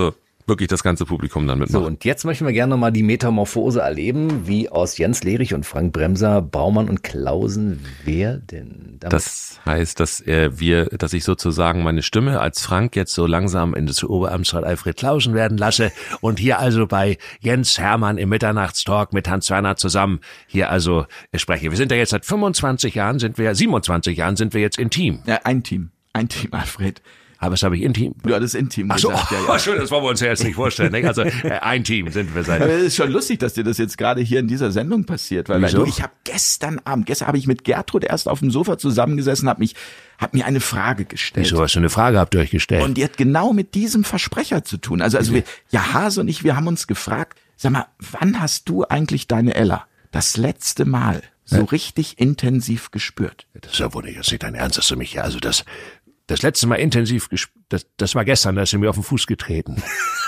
wirklich das ganze Publikum dann mitmachen. So, und jetzt möchten wir gerne nochmal die Metamorphose erleben, wie aus Jens Lehrig und Frank Bremser, Baumann und Klausen werden. Das heißt, dass ich sozusagen meine Stimme als Frank jetzt so langsam in das Oberamtsrat Alfred Klausen werden lasse und hier also bei Jens Hermann im Mitternachtstalk mit Hans Werner zusammen hier also spreche. Wir sind ja jetzt seit 27 Jahren sind wir jetzt intim. Ja, ein Team, Alfred. Aber was habe ich intim? Du hattest intim gesagt. Ach so, ja. Schön, das wollen wir uns ja jetzt nicht vorstellen. Ne? Also ein Team sind wir seit. Aber es ist schon lustig, dass dir das jetzt gerade hier in dieser Sendung passiert, weil ich habe gestern habe ich mit Gertrud erst auf dem Sofa zusammengesessen, hab mir eine Frage gestellt. Wieso hast du eine Frage habt ihr euch gestellt? Und die hat genau mit diesem Versprecher zu tun. Also Hase und ich, wir haben uns gefragt, sag mal, wann hast du eigentlich deine Ella das letzte Mal so richtig intensiv gespürt? Das ist ja wohl nicht dein Ernst, dass du mich ja, also das letzte Mal intensiv das war gestern, da ist sie mir auf den Fuß getreten.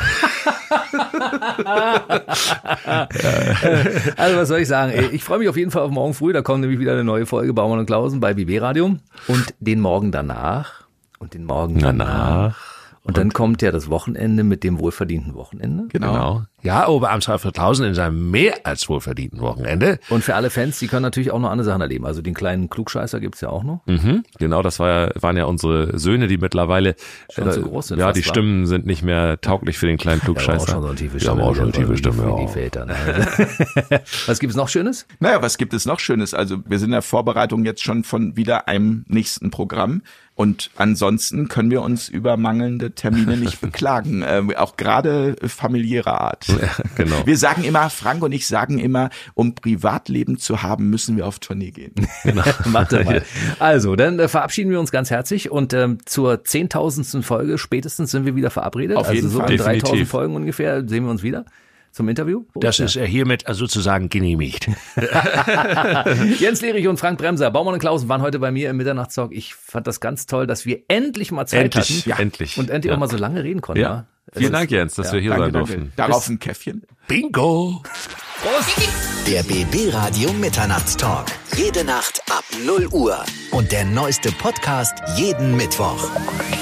Also was soll ich sagen? Ich freue mich auf jeden Fall auf morgen früh, da kommt nämlich wieder eine neue Folge Baumann und Klausen bei BB Radio und den Morgen danach und den Morgen danach. Und dann kommt ja das Wochenende mit dem wohlverdienten Wochenende. Genau. Ja, Oberamtsrat Alfred Klausen in seinem mehr als wohlverdienten Wochenende. Und für alle Fans, die können natürlich auch noch andere Sachen erleben. Also den kleinen Klugscheißer gibt's ja auch noch. Mhm, genau, das waren ja unsere Söhne, die mittlerweile schon so groß sind. Ja, die Stimmen sind nicht mehr tauglich für den kleinen Klugscheißer. Ja, auch schon eine tiefe Stimme. Die Väter, ne? Was gibt es noch Schönes? Naja, was gibt es noch Schönes? Also wir sind in der Vorbereitung jetzt schon von wieder einem nächsten Programm. Und ansonsten können wir uns über mangelnde Termine nicht beklagen, auch gerade familiärer Art. Ja, genau. Wir sagen immer, Frank und ich sagen immer, um Privatleben zu haben, müssen wir auf Tournee gehen. Genau. Macht mal. Also, dann verabschieden wir uns ganz herzlich und zur 10.000. Folge spätestens sind wir wieder verabredet. Auf jeden Fall. In 3.000 Folgen ungefähr sehen wir uns wieder. Zum Interview? Das ist hiermit sozusagen genehmigt. Jens Lehrig und Frank Bremser, Baumann und Klausen waren heute bei mir im Mitternachtstalk. Ich fand das ganz toll, dass wir endlich mal Zeit hatten. Ja. Endlich. Und endlich auch mal so lange reden konnten. Ja. Vielen Dank, Jens, dass wir hier sein durften. Darauf ein Käffchen. Bingo! Prost! Der BB Radio Mitternachtstalk. Jede Nacht ab 0 Uhr. Und der neueste Podcast jeden Mittwoch.